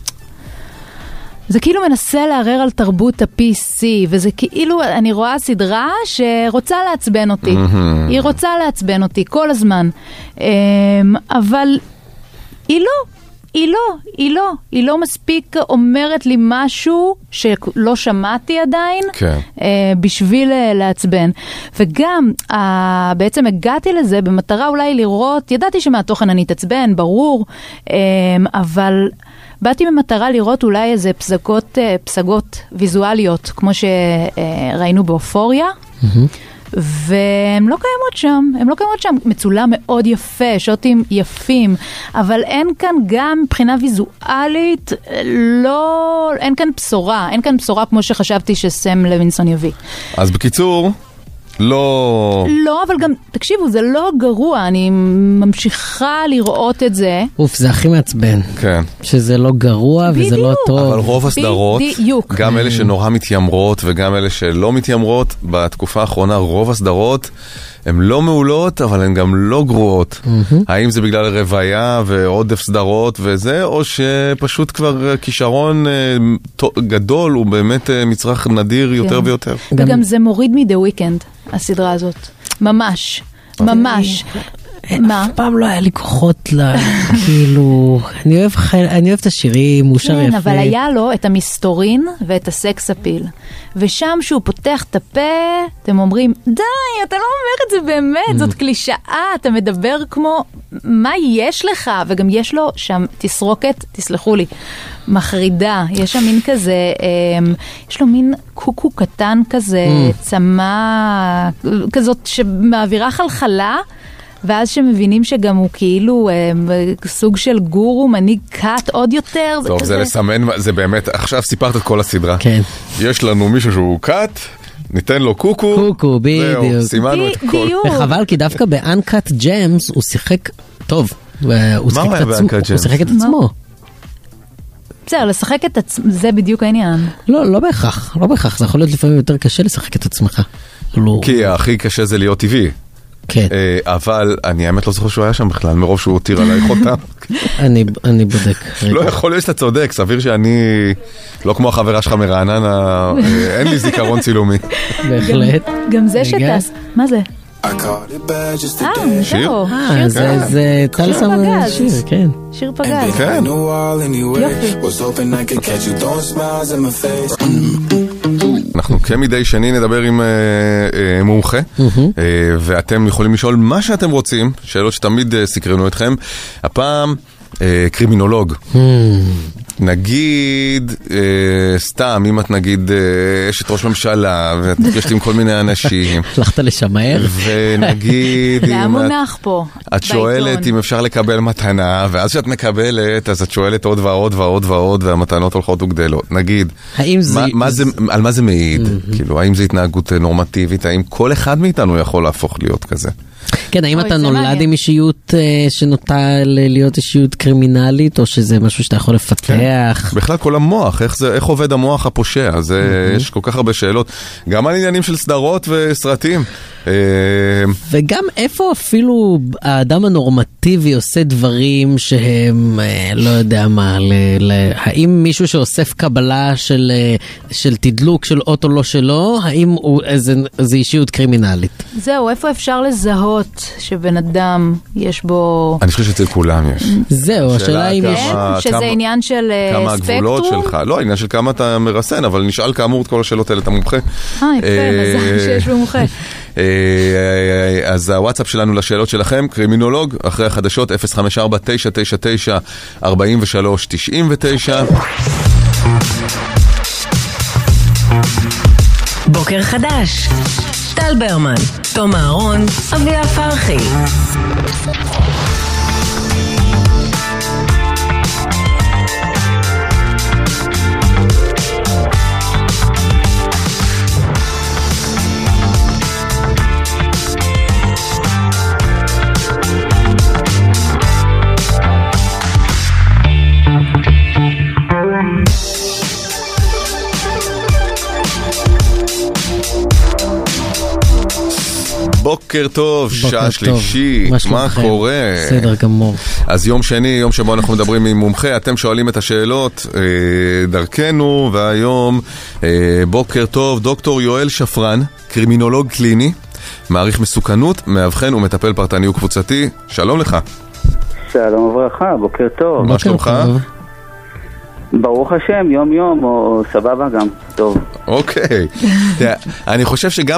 זה כאילו מנסה לערער על תרבות ה-פי סי, וזה כאילו, אני רואה סדרה שרוצה לעצבן אותי. היא רוצה לעצבן אותי כל הזמן. אבל היא לא, היא לא, היא לא, היא לא מספיק אומרת לי משהו שלא שמעתי עדיין, בשביל לעצבן. וגם, בעצם הגעתי לזה במטרה אולי לראות, ידעתי שמהתוכן אני תעצבן, ברור, אבל... באתי במטרה לראות אולי איזה פסגות, פסגות ויזואליות, כמו שראינו באופוריה, והן לא קיימות שם, הן לא קיימות שם, מצולם מאוד יפה, שוטים יפים, אבל אין כאן גם מבחינה ויזואלית, לא, אין כאן בשורה, אין כאן בשורה כמו שחשבתי שסם לוינסון יביא. אז בקיצור... לא... לא, אבל גם, תקשיבו, זה לא גרוע, אני ממשיכה לראות את זה. אוף, זה הכי מעצבן. כן. שזה לא גרוע בדיוק. וזה לא טוב. אבל רוב הסדרות, בדיוק. גם אלה שנורא מתיימרות וגם אלה שלא מתיימרות, בתקופה האחרונה רוב הסדרות הן לא מעולות, אבל הן גם לא גרועות. Mm-hmm. האם זה בגלל רוויה ועודף סדרות וזה, או שפשוט כבר כישרון גדול, הוא באמת מצרך נדיר כן. יותר ויותר. וגם גם... זה מוריד מ-The Weeknd, הסדרה הזאת. ממש. ממש. אף פעם לא היה לי כוחות לה, כאילו, אני אוהב, אני אוהב את השירים, הוא שר יפה. כן, אבל היה לו את המסתורין ואת הסקס אפיל. ושם שהוא פותח את הפה, אתם אומרים, די, אתה לא אומר את זה באמת, זאת קלישאה, אתה מדבר כמו, מה יש לך? וגם יש לו שם תסרוקת, תסלחו לי, מחרידה. יש שם מין כזה, יש לו מין קוקו קטן כזה, צמה, כזאת שמעבירה חלחלה, ואז שמבינים שגם הוא כאילו אה, סוג של גורו, מנהיג קאט עוד יותר. טוב, זה, זה לסמן, זה באמת, עכשיו סיפרת את כל הסדרה. כן. יש לנו מישהו שהוא קאט, ניתן לו קוקו. קוקו, בדיוק. זהו, סימנו את הכל. וחבל, כי דווקא ב-Uncut Gems הוא שיחק טוב. הוא מה הוא היה ב-Uncut Gems? הוא שיחק את עצמו. בסדר, לשחק את עצמו, זה בדיוק העניין. לא, לא בהכרח, לא בהכרח. זה יכול להיות לפעמים יותר קשה לשחק את עצמך. כי הכי קשה זה להיות טבעי. כן. אבל אני האמת לא זוכר שהוא היה שם בכלל, מרוב שהוא הותיר עליי חותם. אני בודק. לא יכול להיות שאתה צודק, סביר שאני לא כמו החברה שלך מרעננה, אין לי זיכרון צילומי. בהחלט. גם זה שטס, מה זה? I called it bad just today. שיר? אה, זה טל שם שיר, כן. שיר פגז. כן. אנחנו כמדי שני נדבר עם מומחה, ואתם יכולים לשאול מה שאתם רוצים, שאלות שתמיד סקרנו אתכם. הפעם קרימינולוג. נגיד, אה, סתם, אם את נגיד אה, אשת ראש ממשלה, ואת נפגשת עם כל מיני אנשים. הלכת לשמר? ונגיד, זה המונח פה, את שואלת אם אפשר לקבל מתנה, ואז שאת מקבלת, אז את שואלת עוד ועוד ועוד ועוד, והמתנות הולכות וגדלות. נגיד, האם זה... מה, מה זה, על מה זה מעיד? כאילו, האם זה התנהגות נורמטיבית? האם כל אחד מאיתנו יכול להפוך להיות כזה? כן, האם אתה נולד עם אישיות שנוטה להיות אישיות קרימינלית, או שזה משהו שאתה יכול לפתח? בכלל כל המוח, איך עובד המוח הפושע? יש כל כך הרבה שאלות, גם על עניינים של סדרות וסרטים. וגם איפה אפילו האדם הנורמטיבי עושה דברים שהם, לא יודע מה, האם מישהו שאוסף קבלה של תדלוק של אוטו לא שלו, האם זה אישיות קרימינלית? זהו, איפה אפשר לזהות שבן אדם יש בו... אני חושב שאצל כולם יש. זהו, השאלה אם יש... שזה עניין של ספקטרום? כמה הגבולות שלך, לא, עניין של כמה אתה מרסן, אבל נשאל כאמור את כל השאלות האלה, אתה מומחה. אה, יפה, מזל שיש במומחה. אז הוואטסאפ שלנו לשאלות שלכם, קרימינולוג, אחרי החדשות אפס חמש ארבע תשע תשע תשע ארבע שלוש תשע תשע. בוקר חדש, טל ברמן, תום אהרון, אביה פרחי. בוקר טוב, שעה שלישי, מה קורה? בסדר גמור. אז יום שני, יום שבו אנחנו מדברים עם מומחה, אתם שואלים את השאלות דרכנו, והיום בוקר טוב, דוקטור יואל שפרן, קרימינולוג קליני, מעריך מסוכנות, מאבחן ומטפל פרטני וקבוצתי. שלום לך. שלום וברכה, בוקר טוב. מה שלומך? ברוך השם, יום יום, או סבבה גם, טוב. אוקיי. אני חושב שגם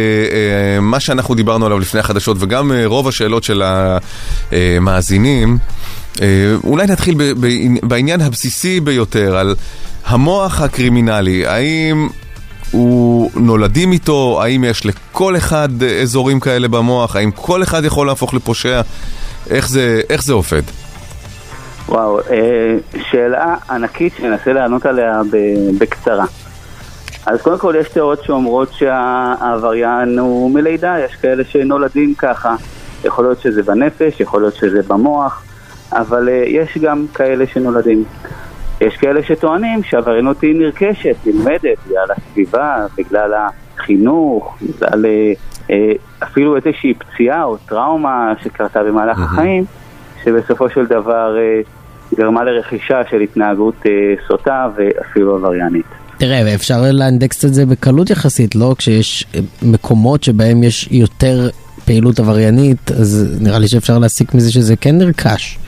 מה שאנחנו דיברנו עליו לפני החדשות, וגם רוב השאלות של המאזינים, אולי נתחיל בעניין הבסיסי ביותר, על המוח הקרימינלי. האם הוא נולדים איתו? האם יש לכל אחד אזורים כאלה במוח? האם כל אחד יכול להפוך לפושע? איך זה, איך זה עובד? וואו, שאלה ענקית שננסה לענות עליה בקצרה. אז קודם כל יש תיאוריות שאומרות שהעבריין הוא מלידה, יש כאלה שנולדים ככה, יכול להיות שזה בנפש, יכול להיות שזה במוח, אבל יש גם כאלה שנולדים. יש כאלה שטוענים שהעבריינות היא נרכשת, נלמדת, בגלל הסביבה, בגלל החינוך, בגלל אפילו איזושהי פציעה או טראומה שקרתה במהלך החיים, שבסופו של דבר גרמה לרכישה של התנהגות סוטה ואפילו עבריינית. תראה, ואפשר לאנדקס את זה בקלות יחסית, לא? כשיש מקומות שבהם יש יותר פעילות עבריינית, אז נראה לי שאפשר להסיק מזה שזה כן נרכש.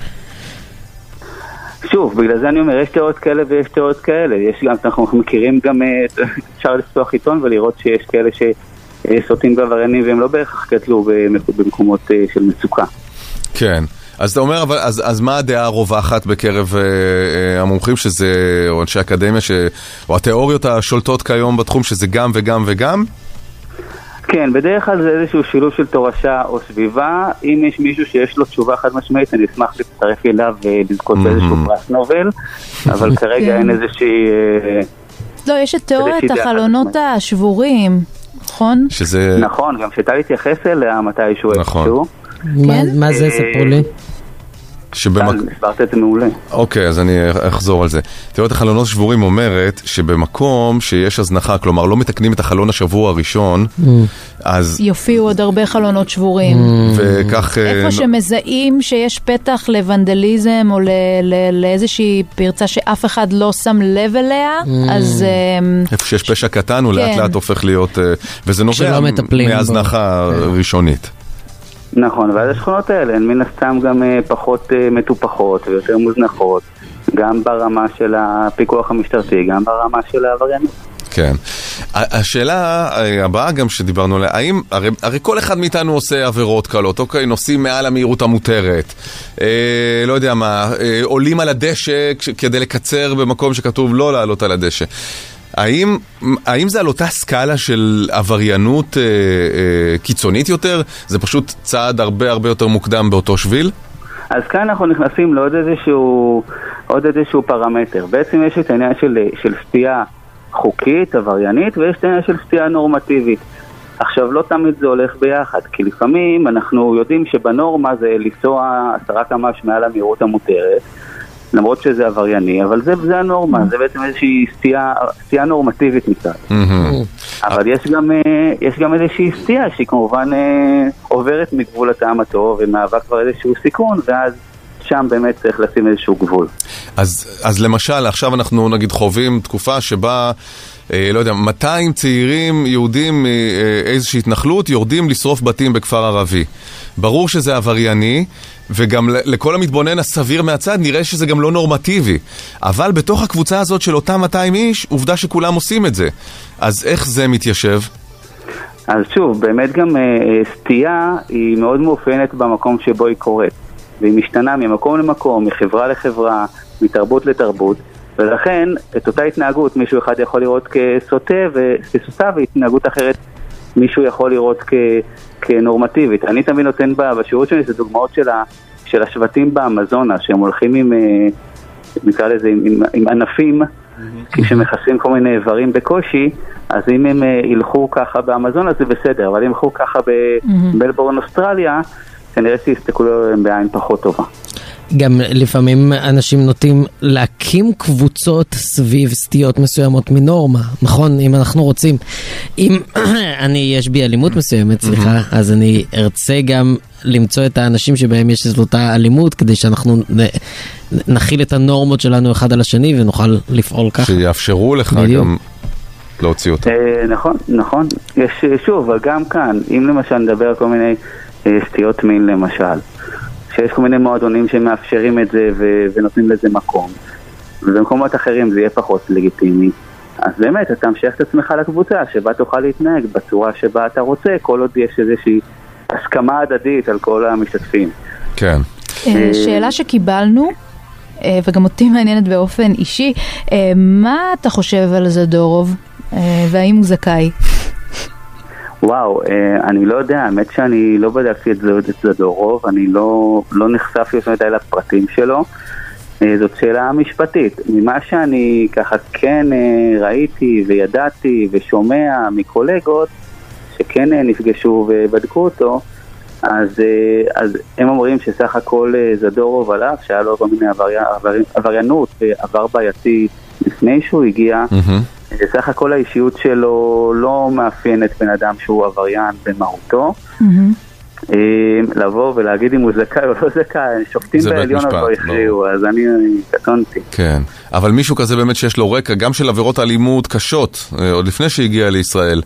שוב, בגלל זה אני אומר, יש תיאוריות כאלה ויש תיאוריות כאלה. יש גם, אנחנו מכירים גם, אפשר לפתוח עיתון ולראות שיש כאלה שסוטים בעבריינים והם לא בהכרח גדלו במקומות של מצוקה. כן. אז אתה אומר, אבל, אז, אז מה הדעה הרווחת בקרב אה, אה, המומחים, שזה, או אנשי אקדמיה, ש, או התיאוריות השולטות כיום בתחום, שזה גם וגם וגם? כן, בדרך כלל זה איזשהו שילוב של תורשה או סביבה. אם יש מישהו שיש לו תשובה חד משמעית, אני אשמח להצטרף אליו ולזכות באיזשהו פרס נובל, אבל כרגע אין איזושהי... לא, יש את תיאוריית החלונות השבורים, נכון? שזה... נכון, גם שאתה להתייחס אליה מתישהו איזשהו. נכון. מה זה, ספרו לי? הסברת את זה מעולה. אוקיי, אז אני אחזור על זה. תיאוריית החלונות שבורים אומרת שבמקום שיש הזנחה, כלומר לא מתקנים את החלון השבוע הראשון, אז... יופיעו עוד הרבה חלונות שבורים. וכך... איפה שמזהים שיש פתח לוונדליזם או לאיזושהי פרצה שאף אחד לא שם לב אליה, אז... איפה שיש פשע קטן הוא לאט לאט הופך להיות... וזה נובע מהזנחה ראשונית. נכון, ואז השכונות האלה הן מן הסתם גם פחות מטופחות ויותר מוזנחות, גם ברמה של הפיקוח המשטרתי, גם ברמה של העבריינות. כן. השאלה הבאה גם שדיברנו עליה, האם, הרי, הרי כל אחד מאיתנו עושה עבירות קלות, אוקיי, נוסעים מעל המהירות המותרת, אה, לא יודע מה, אה, עולים על הדשא כדי לקצר במקום שכתוב לא לעלות על הדשא. האם, האם זה על אותה סקאלה של עבריינות אה, אה, קיצונית יותר? זה פשוט צעד הרבה הרבה יותר מוקדם באותו שביל? אז כאן אנחנו נכנסים לעוד איזשהו, עוד איזשהו פרמטר. בעצם יש את העניין של, של סטייה חוקית, עבריינית, ויש את העניין של סטייה נורמטיבית. עכשיו, לא תמיד זה הולך ביחד, כי לפעמים אנחנו יודעים שבנורמה זה לנסוע עשרה קמ"ש מעל המהירות המותרת, למרות שזה עברייני, אבל זה, זה הנורמה, זה בעצם איזושהי סטייה, סטייה נורמטיבית מצד. אבל יש גם, יש גם איזושהי סטייה שהיא כמובן עוברת מגבול הטעם הטוב, ומהווה כבר איזשהו סיכון, ואז שם באמת צריך לשים איזשהו גבול. אז, אז למשל, עכשיו אנחנו נגיד חווים תקופה שבה, אה, לא יודע, מאתיים צעירים יהודים מאיזושהי התנחלות יורדים לשרוף בתים בכפר ערבי. ברור שזה עברייני, וגם לכל המתבונן הסביר מהצד נראה שזה גם לא נורמטיבי. אבל בתוך הקבוצה הזאת של אותם מאתיים איש, עובדה שכולם עושים את זה. אז איך זה מתיישב? אז שוב, באמת גם אה, סטייה היא מאוד מאופיינת במקום שבו היא קורית. והיא משתנה ממקום למקום, מחברה לחברה, מתרבות לתרבות, ולכן את אותה התנהגות מישהו אחד יכול לראות כסוטה וכסוטה, והתנהגות אחרת מישהו יכול לראות כ, כנורמטיבית. אני תמיד נותן בה, בשיעור שלי זה דוגמאות של, ה, של השבטים באמזונה, שהם הולכים עם, נקרא לזה, עם, עם, עם ענפים, כי שמחסים כל מיני איברים בקושי, אז אם הם ילכו ככה באמזונה זה בסדר, אבל אם ילכו ככה בבלבורן אוסטרליה, כנראה שיסתכלו עליהם בעין פחות טובה. גם לפעמים אנשים נוטים להקים קבוצות סביב סטיות מסוימות מנורמה, נכון? אם אנחנו רוצים, אם אני יש בי אלימות מסוימת, סליחה, אז אני ארצה גם למצוא את האנשים שבהם יש אותה אלימות, כדי שאנחנו נכיל את הנורמות שלנו אחד על השני ונוכל לפעול ככה. שיאפשרו לך גם להוציא אותה. נכון, נכון. יש שוב, אבל גם כאן, אם למשל נדבר על כל מיני סטיות מין למשל, שיש כל מיני מועדונים שמאפשרים את זה ו- ונותנים לזה מקום, ובמקומות אחרים זה יהיה פחות לגיטימי, אז באמת אתה משייך את עצמך לקבוצה שבה תוכל להתנהג בצורה שבה אתה רוצה, כל עוד יש איזושהי הסכמה הדדית על כל המשתתפים. כן. שאלה שקיבלנו, וגם אותי מעניינת באופן אישי, מה אתה חושב על זדורוב, והאם הוא זכאי? וואו, אני לא יודע, האמת שאני לא בדקתי את זדורוב, אני לא, לא נחשף יותר מדי לפרטים שלו. זאת שאלה משפטית. ממה שאני ככה כן ראיתי וידעתי ושומע מקולגות שכן נפגשו ובדקו אותו, אז, אז הם אומרים שסך הכל זדורוב עליו, שהיה לו כל מיני עבריינות ועבר בעייתי לפני שהוא הגיע, סך הכל האישיות שלו לא מאפיינת בן אדם שהוא עבריין במהותו. לבוא ולהגיד אם הוא זכאי או לא זכאי, שופטים בעליון אבל הכריעו, אז אני קטונתי. כן, אבל מישהו כזה באמת שיש לו רקע, גם של עבירות אלימות קשות, עוד לפני שהגיע לישראל,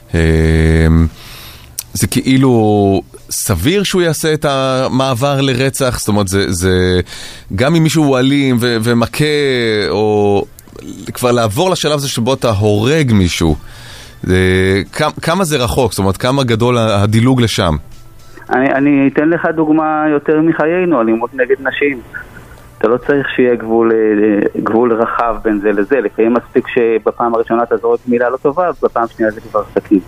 זה כאילו סביר שהוא יעשה את המעבר לרצח, זאת אומרת, זה גם אם מישהו הוא אלים ומכה, או כבר לעבור לשלב הזה שבו אתה הורג מישהו, כמה זה רחוק, זאת אומרת, כמה גדול הדילוג לשם? אני, אני אתן לך דוגמה יותר מחיינו, אלימות נגד נשים. אתה לא צריך שיהיה גבול, גבול רחב בין זה לזה. לפעמים מספיק שבפעם הראשונה אתה זורק מילה לא טובה, ובפעם שנייה זה כבר סכין.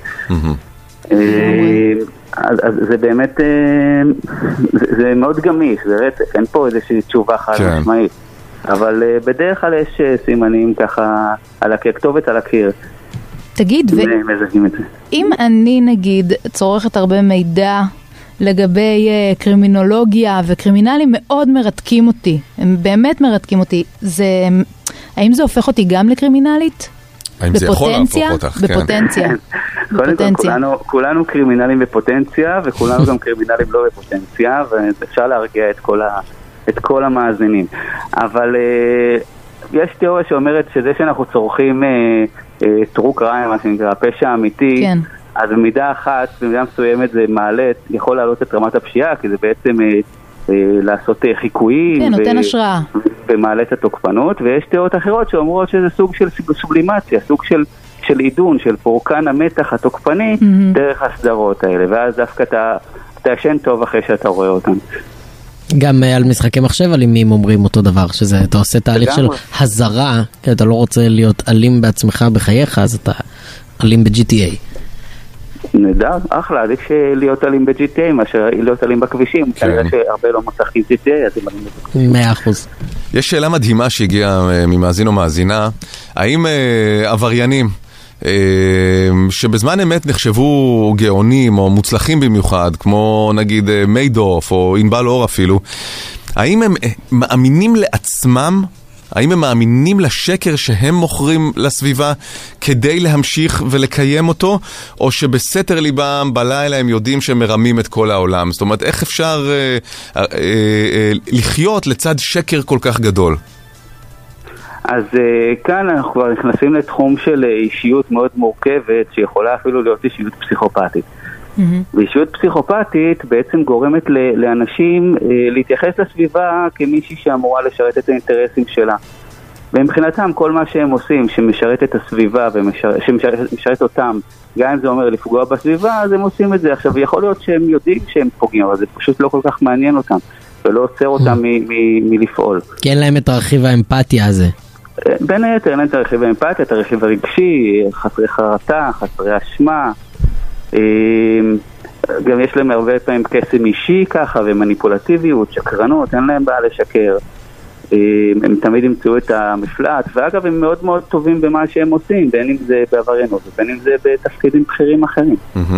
אז, אז זה באמת, זה, זה מאוד גמיש, זה רצף, אין פה איזושהי תשובה חד משמעית. אבל בדרך כלל יש סימנים ככה על הקיר, כתובת על הקיר. תגיד, ו... אם אני נגיד צורכת הרבה מידע לגבי קרימינולוגיה וקרימינלים מאוד מרתקים אותי. הם באמת מרתקים אותי. זה, האם זה הופך אותי גם לקרימינלית? האם זה יכול להפוך אותך? בפוטנציה. קודם כל, כולנו, כולנו קרימינלים בפוטנציה, וכולנו גם קרימינלים לא בפוטנציה, ואפשר להרגיע את כל, ה, את כל המאזינים. אבל uh, יש תיאוריה שאומרת שזה שאנחנו צורכים uh, uh, true crime, מה שנקרא, פשע אמיתי, כן. אז במידה אחת, במידה מסוימת זה מעלה, יכול לעלות את רמת הפשיעה, כי זה בעצם uh, uh, לעשות uh, חיקויים. כן, נותן השראה. ומעלה את התוקפנות, ויש תיאוריות אחרות שאומרות שזה סוג של סובלימציה, סוג של של עידון, של פורקן המתח התוקפני, mm-hmm. דרך הסדרות האלה, ואז דווקא אתה, אתה ישן טוב אחרי שאתה רואה אותם. גם על משחקי מחשב אלימים אומרים אותו דבר, שזה, אתה עושה תהליך של הזרה, כי אתה לא רוצה להיות אלים בעצמך בחייך, אז אתה אלים ב-ג'י טי איי. נדע, אחלה, עדיף להיות אלים ב-ג'י טי איי, מאשר להיות אלים בכבישים, כנראה שהרבה לא מצליחים ג'י טי איי, אז הם אלים בכבישים. מאה אחוז. יש שאלה מדהימה שהגיעה ממאזין או מאזינה, האם עבריינים, שבזמן אמת נחשבו גאונים או מוצלחים במיוחד, כמו נגיד מיידוף או אינבל אור אפילו, האם הם מאמינים לעצמם, האם הם מאמינים לשקר שהם מוכרים לסביבה כדי להמשיך ולקיים אותו, או שבסתר ליבם בלילה הם יודעים שהם מרמים את כל העולם? זאת אומרת, איך אפשר אה, אה, אה, לחיות לצד שקר כל כך גדול? אז uh, כאן אנחנו כבר נכנסים לתחום של אישיות מאוד מורכבת, שיכולה אפילו להיות אישיות פסיכופתית. Mm-hmm. ואישיות פסיכופתית בעצם גורמת ל- לאנשים uh, להתייחס לסביבה כמישהי שאמורה לשרת את האינטרסים שלה. ומבחינתם כל מה שהם עושים שמשרת את הסביבה ומשרת, שמשרת אותם, גם אם זה אומר לפגוע בסביבה, אז הם עושים את זה. עכשיו יכול להיות שהם יודעים שהם פוגעים, אבל זה פשוט לא כל כך מעניין אותם, ולא עוצר אותם מ- מ- מלפעול. כי אין להם את הרכיב האמפתיה הזה. בין היתר, אין את הרכיב האמפתיה, את הרכיב הרגשי, חסרי חרטה, חסרי אשמה. גם יש להם הרבה פעמים קסם אישי ככה, ומניפולטיביות, שקרנות, אין להם בעיה לשקר. הם תמיד ימצאו את המפלט, ואגב הם מאוד מאוד טובים במה שהם עושים, בין אם זה בעבריינות, ובין אם זה בתפקידים בכירים אחרים.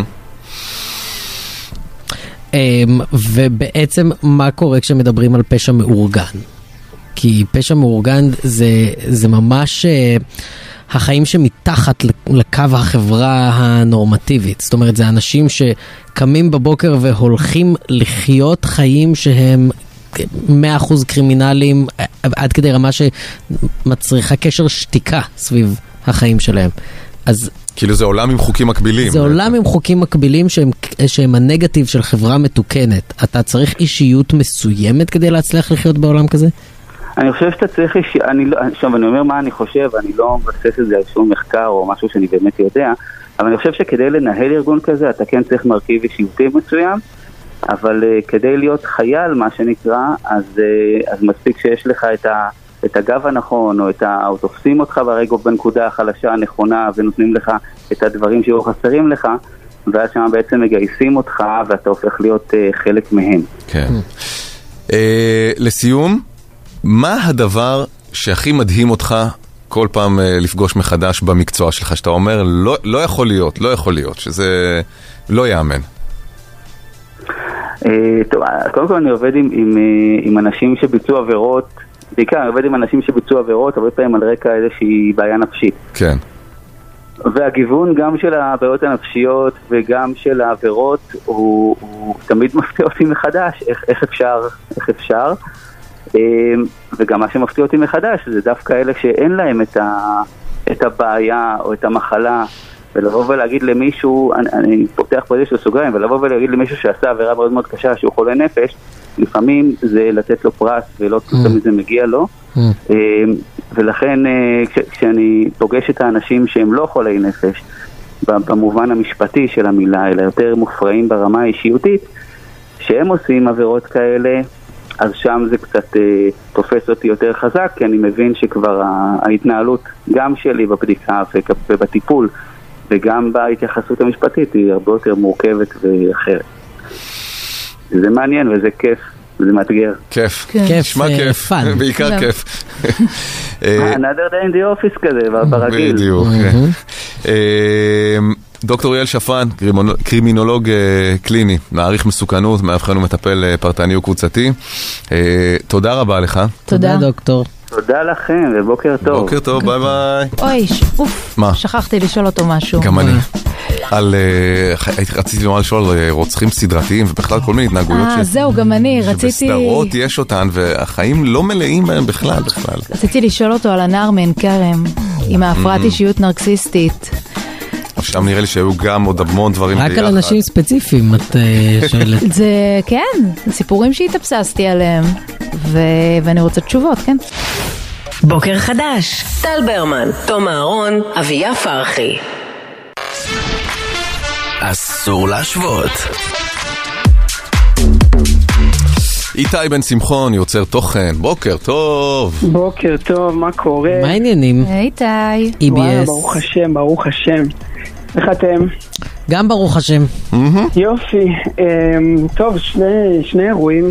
ובעצם מה קורה כשמדברים על פשע מאורגן? כי פשע מאורגן זה, זה ממש uh, החיים שמתחת לקו החברה הנורמטיבית. זאת אומרת, זה אנשים שקמים בבוקר והולכים לחיות חיים שהם מאה אחוז קרימינליים, עד כדי רמה שמצריכה קשר שתיקה סביב החיים שלהם. אז כאילו זה עולם עם חוקים מקבילים. זה עולם עם חוקים מקבילים שהם, שהם הנגטיב של חברה מתוקנת. אתה צריך אישיות מסוימת כדי להצליח לחיות בעולם כזה? אני חושב שאתה צריך, אני לא, עכשיו אני אומר מה אני חושב, אני לא מבסס את זה על שום מחקר או משהו שאני באמת יודע, אבל אני חושב שכדי לנהל ארגון כזה, אתה כן צריך מרכיב אישיותי מסוים, אבל uh, כדי להיות חייל, מה שנקרא, אז, uh, אז מספיק שיש לך את, ה, את הגב הנכון, או, את ה, או תופסים אותך ברגע בנקודה החלשה הנכונה, ונותנים לך את הדברים שהיו חסרים לך, ואז שם בעצם מגייסים אותך, ואתה הופך להיות uh, חלק מהם. כן. uh, לסיום, מה הדבר שהכי מדהים אותך כל פעם לפגוש מחדש במקצוע שלך, שאתה אומר, לא, לא יכול להיות, לא יכול להיות, שזה לא יאמן? טוב, קודם כל אני עובד עם, עם, עם אנשים שביצעו עבירות, בעיקר אני עובד עם אנשים שביצעו עבירות, הרבה פעמים על רקע איזושהי בעיה נפשית. כן. והגיוון גם של הבעיות הנפשיות וגם של העבירות, הוא, הוא תמיד מפתיע אותי מחדש, איך, איך אפשר, איך אפשר. וגם מה שמפתיע אותי מחדש זה דווקא אלה שאין להם את, ה, את הבעיה או את המחלה, ולבוא ולהגיד למישהו, אני, אני פותח פה איזשהו סוגריים, ולבוא ולהגיד למישהו שעשה עבירה מאוד מאוד קשה שהוא חולה נפש, לפעמים זה לתת לו פרס ולא תמיד זה מגיע לו. ולכן כש, כשאני פוגש את האנשים שהם לא חולי נפש במובן המשפטי של המילה, אלא יותר מופרעים ברמה האישיותית, שהם עושים עבירות כאלה, אז שם זה קצת אה, תופס אותי יותר חזק, כי אני מבין שכבר ההתנהלות גם שלי בבדיקה ובטיפול וגם בהתייחסות המשפטית היא הרבה יותר מורכבת ואחרת. זה מעניין וזה כיף, זה מאתגר. כיף, נשמע כיף, בעיקר כיף. another day in the office כזה, ברגיל. בדיוק. דוקטור יעל שפרן, קרימינולוג קליני, מעריך מסוכנות, מאבחן ומטפל פרטני וקבוצתי. תודה רבה לך. תודה דוקטור. תודה לכם ובוקר טוב. בוקר טוב, ביי ביי. אוי, אוף, שכחתי לשאול אותו משהו. גם אני. על, רציתי לומר לשאול על רוצחים סדרתיים ובכלל כל מיני התנהגויות אה, זהו, גם אני, רציתי... שבסדרות יש אותן והחיים לא מלאים בהם בכלל, בכלל. רציתי לשאול אותו על הנער מעין כרם, עם ההפרעת אישיות נרקסיסטית. שם נראה לי שהיו גם עוד המון דברים ביחד. רק על אנשים ספציפיים את שואלת. זה, כן, סיפורים שהתאבססתי עליהם, ואני רוצה תשובות, כן? בוקר חדש, טל ברמן, תום אהרון, אביה פרחי. אסור להשוות. איתי בן שמחון, יוצר תוכן, בוקר טוב. בוקר טוב, מה קורה? מה העניינים? איתי. אי בי אס. ברוך השם, ברוך השם. איך אתם? גם ברוך השם. יופי. טוב, שני אירועים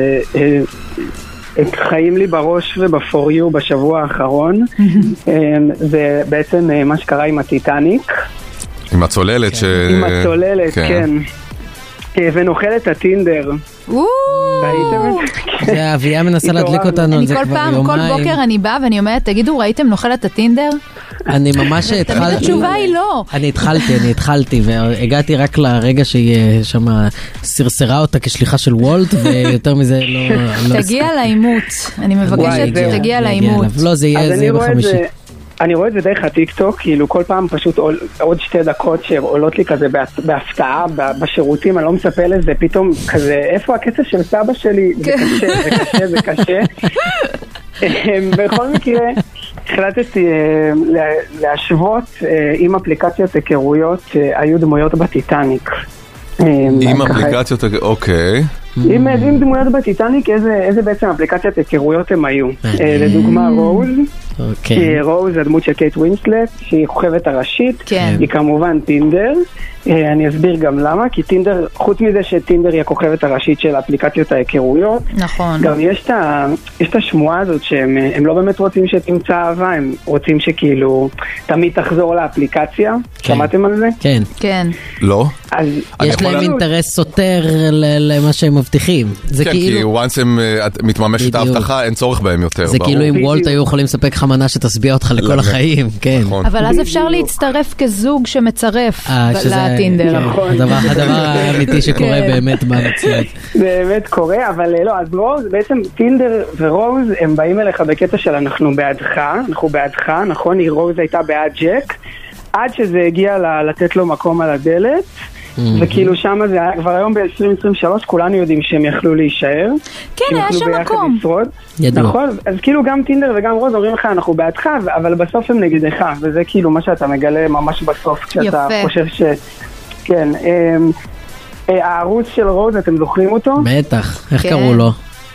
שחיים לי בראש ובפור יו בשבוע האחרון. זה בעצם מה שקרה עם הטיטניק. עם הצוללת ש... עם הצוללת, כן. ונוחלת הטינדר. זה אביה מנסה להדליק אותנו על זה כבר יומיים. כל בוקר אני באה ואני אומרת, תגידו, ראיתם נוחלת הטינדר? אני ממש התחלתי. התשובה היא לא. אני התחלתי, אני התחלתי, והגעתי רק לרגע שהיא שם סרסרה אותה כשליחה של וולט, ויותר מזה לא... תגיע לאימות. אני מבקשת, תגיע לאימות. לא, זה יהיה בחמישי. אני רואה את זה דרך הטיק-טוק, כאילו כל פעם פשוט עוד שתי דקות שעולות לי כזה בהפתעה בשירותים, אני לא מצפה לזה, פתאום כזה, איפה הקצב של סבא שלי? זה קשה, זה קשה, זה קשה. בכל מקרה, החלטתי להשוות עם אפליקציות היכרויות, היו דמויות בטיטניק. עם אפליקציות, אוקיי. עם דמויות בטיטניק, איזה בעצם אפליקציות היכרויות הם היו? לדוגמה רוז, כי רוז זה הדמות של קייט ווינסלט, שהיא כוכבת הראשית, היא כמובן טינדר. אני אסביר גם למה, כי טינדר, חוץ מזה שטינדר היא הכוכבת הראשית של אפליקציות ההיכרויות, נכון. גם יש את השמועה הזאת שהם לא באמת רוצים שתמצא אהבה, הם רוצים שכאילו תמיד תחזור לאפליקציה. שמעתם על זה? כן. כן. לא? יש להם אינטרס סותר למה שהם מבטיחים. כן, כי once הם מתממשת ההבטחה, אין צורך בהם יותר. זה כאילו אם וולט היו יכולים לספק לך מנה שתסביע אותך לכל החיים, כן. אבל אז אפשר להצטרף כזוג שמצרף לטינדר. הדבר האמיתי שקורה באמת במציאות. באמת קורה, אבל לא, אז רוז, בעצם טינדר ורוז, הם באים אליך בקטע של אנחנו בעדך, אנחנו בעדך, נכון? רוז הייתה בעד ג'ק, עד שזה הגיע לתת לו מקום על הדלת, וכאילו שם זה היה כבר היום ב-עשרים עשרים ושלוש כולנו יודעים שהם יכלו להישאר, כן, היה שם מקום, נכון, אז כאילו גם טינדר וגם רוז אומרים לך אנחנו בעדך, אבל בסוף הם נגדך, וזה כאילו מה שאתה מגלה ממש בסוף כשאתה חושב ש... כן, הערוץ של רוז, אתם זוכרים אותו? בטח, איך קראו לו?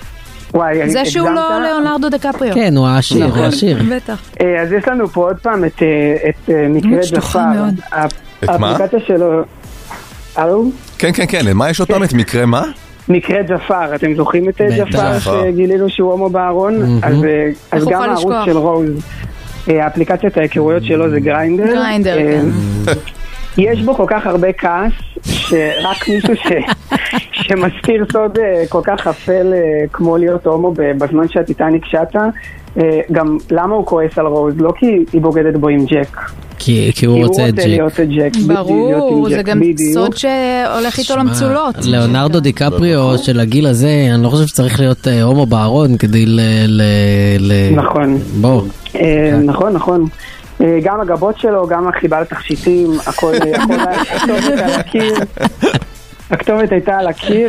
זה שהוא לא ליאונרדו דיקפריו. כן, הוא העשיר, הוא העשיר. בטח. אז יש לנו פה עוד פעם את מקרה ג'פר. האפליקציה שלו... אלו? כן, כן, כן, מה יש אותם? את מקרה מה? מקרה ג'פר, אתם זוכרים את ג'פר שגילינו שהוא הומו בארון? אז גם הערוץ של רוז, האפליקציית ההיכרויות שלו זה גריינדר. גריינדר, כן. יש בו כל כך הרבה כעס, שרק מישהו ש... שמסתיר סוד כל כך אפל כמו להיות הומו בזמן שהטיטניק שטה, גם למה הוא כועס על רוז? לא כי היא בוגדת בו עם ג'ק. כי הוא רוצה את ג'ק. ברור, זה גם סוד שהולך איתו למצולות. ליאונרדו דיקפריו של הגיל הזה, אני לא חושב שצריך להיות הומו בארון כדי ל... נכון. בוא. נכון, נכון. גם הגבות שלו, גם החיבה לתכשיטים, הכל היה הכתובת על הקיר. הכתובת הייתה על הקיר.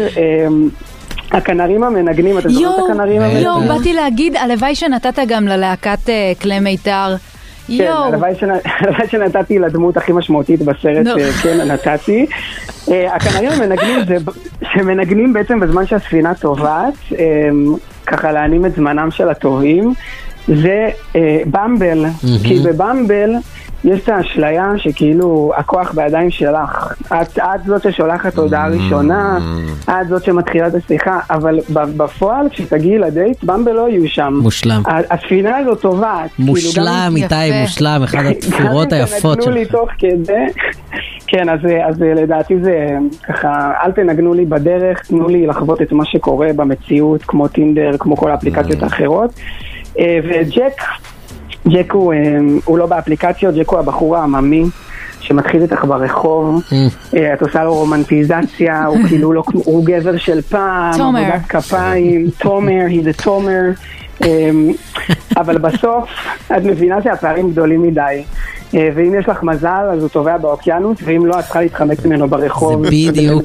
הכנרים המנגנים, אתם זוכרים את הכנרים המנגנים? יואו, באתי להגיד, הלוואי שנתת גם ללהקת כלי מיתר. כן, הלוואי שנתתי לדמות הכי משמעותית בסרט, כן, נתתי. הכנרים המנגנים שמנגנים בעצם בזמן שהספינה טובעת, ככה להענים את זמנם של הטובים, זה במבל, כי בבמבל יש את האשליה שכאילו הכוח בידיים שלך, את, את זאת ששולחת הודעה ראשונה, את זאת שמתחילה את השיחה, אבל בפועל כשתגיעי לדייט, במבל לא יהיו שם. מושלם. הספינה הזאת טובה. מושלם, איתי, מושלם, אחד התפירות היפות שלך. גם אם תנגנו לי תוך כדי, כן, אז, אז לדעתי זה ככה, אל תנגנו לי בדרך, תנו לי לחוות את מה שקורה במציאות, כמו טינדר, כמו כל האפליקציות האחרות. וג'ק, ג'ק הוא, הוא לא באפליקציות, ג'ק הוא הבחור העממי שמתחיל איתך ברחוב, את עושה לו רומנטיזציה, הוא כאילו לא, הוא גבר של פעם, עבודת כפיים, תומר, he's a תומר, אבל בסוף את מבינה שהפערים גדולים מדי. ואם יש לך מזל, אז הוא טובע באוקיינוס, ואם לא, את צריכה להתחמק ממנו ברחוב. זה בדיוק,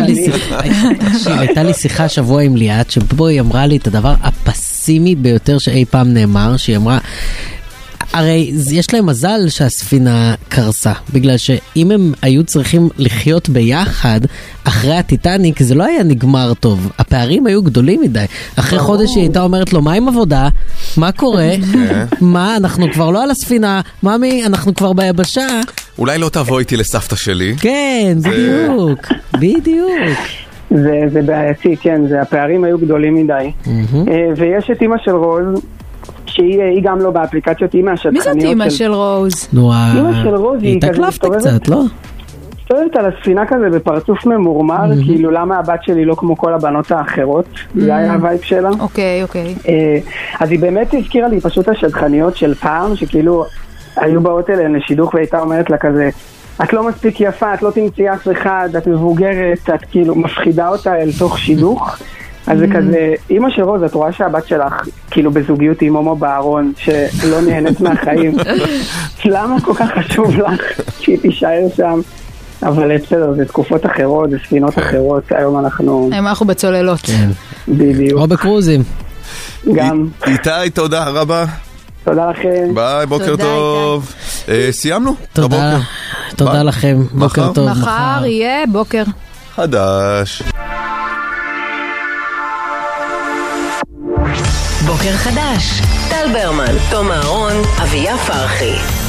הייתה לי שיחה שבוע עם ליאת, שבו היא אמרה לי את הדבר הפסימי ביותר שאי פעם נאמר, שהיא אמרה, הרי יש להם מזל שהספינה קרסה, בגלל שאם הם היו צריכים לחיות ביחד אחרי הטיטניק, זה לא היה נגמר טוב. הפערים היו גדולים מדי. אחרי חודש היא הייתה אומרת לו, מה עם עבודה? מה קורה? מה? אנחנו כבר לא על הספינה. ממי, אנחנו כבר ביבשה. אולי לא תבוא איתי לסבתא שלי. כן, בדיוק. בדיוק. זה, זה בעייתי, כן, זה, הפערים היו גדולים מדי. ויש את אמא של רוז, שהיא גם לא באפליקציות, אמא של... מי זאת אמא של רוז? אמא של רוז היא תקלפת קצת, לא? מסתובבת על הספינה כזה בפרצוף ממורמר, כאילו למה הבת שלי לא כמו כל הבנות האחרות, זה היה הווייב שלה. אוקיי, אוקיי. אז היא באמת הזכירה לי פשוט השדכניות של פעם, שכאילו היו באות אליהן לשידוך והייתה אומרת לה כזה, את לא מספיק יפה, את לא תמצאי אף אחד, את מבוגרת, את כאילו מפחידה אותה אל תוך שידוך. אז זה כזה, אמא של רוז, את רואה שהבת שלך כאילו בזוגיות עם הומו בארון, שלא נהנית מהחיים. למה כל כך חשוב לך שהיא תישאר שם? אבל בסדר, זה תקופות אחרות, זה ספינות אחרות, היום אנחנו... היום אנחנו בצוללות. בדיוק. או בקרוזים. גם. איתי, תודה רבה. תודה לכם. ביי, בוקר טוב. סיימנו? תודה. תודה לכם, בוקר טוב. מחר יהיה בוקר חדש. בוקר חדש, טל ברמן, תום אהרון, אביה פרחי.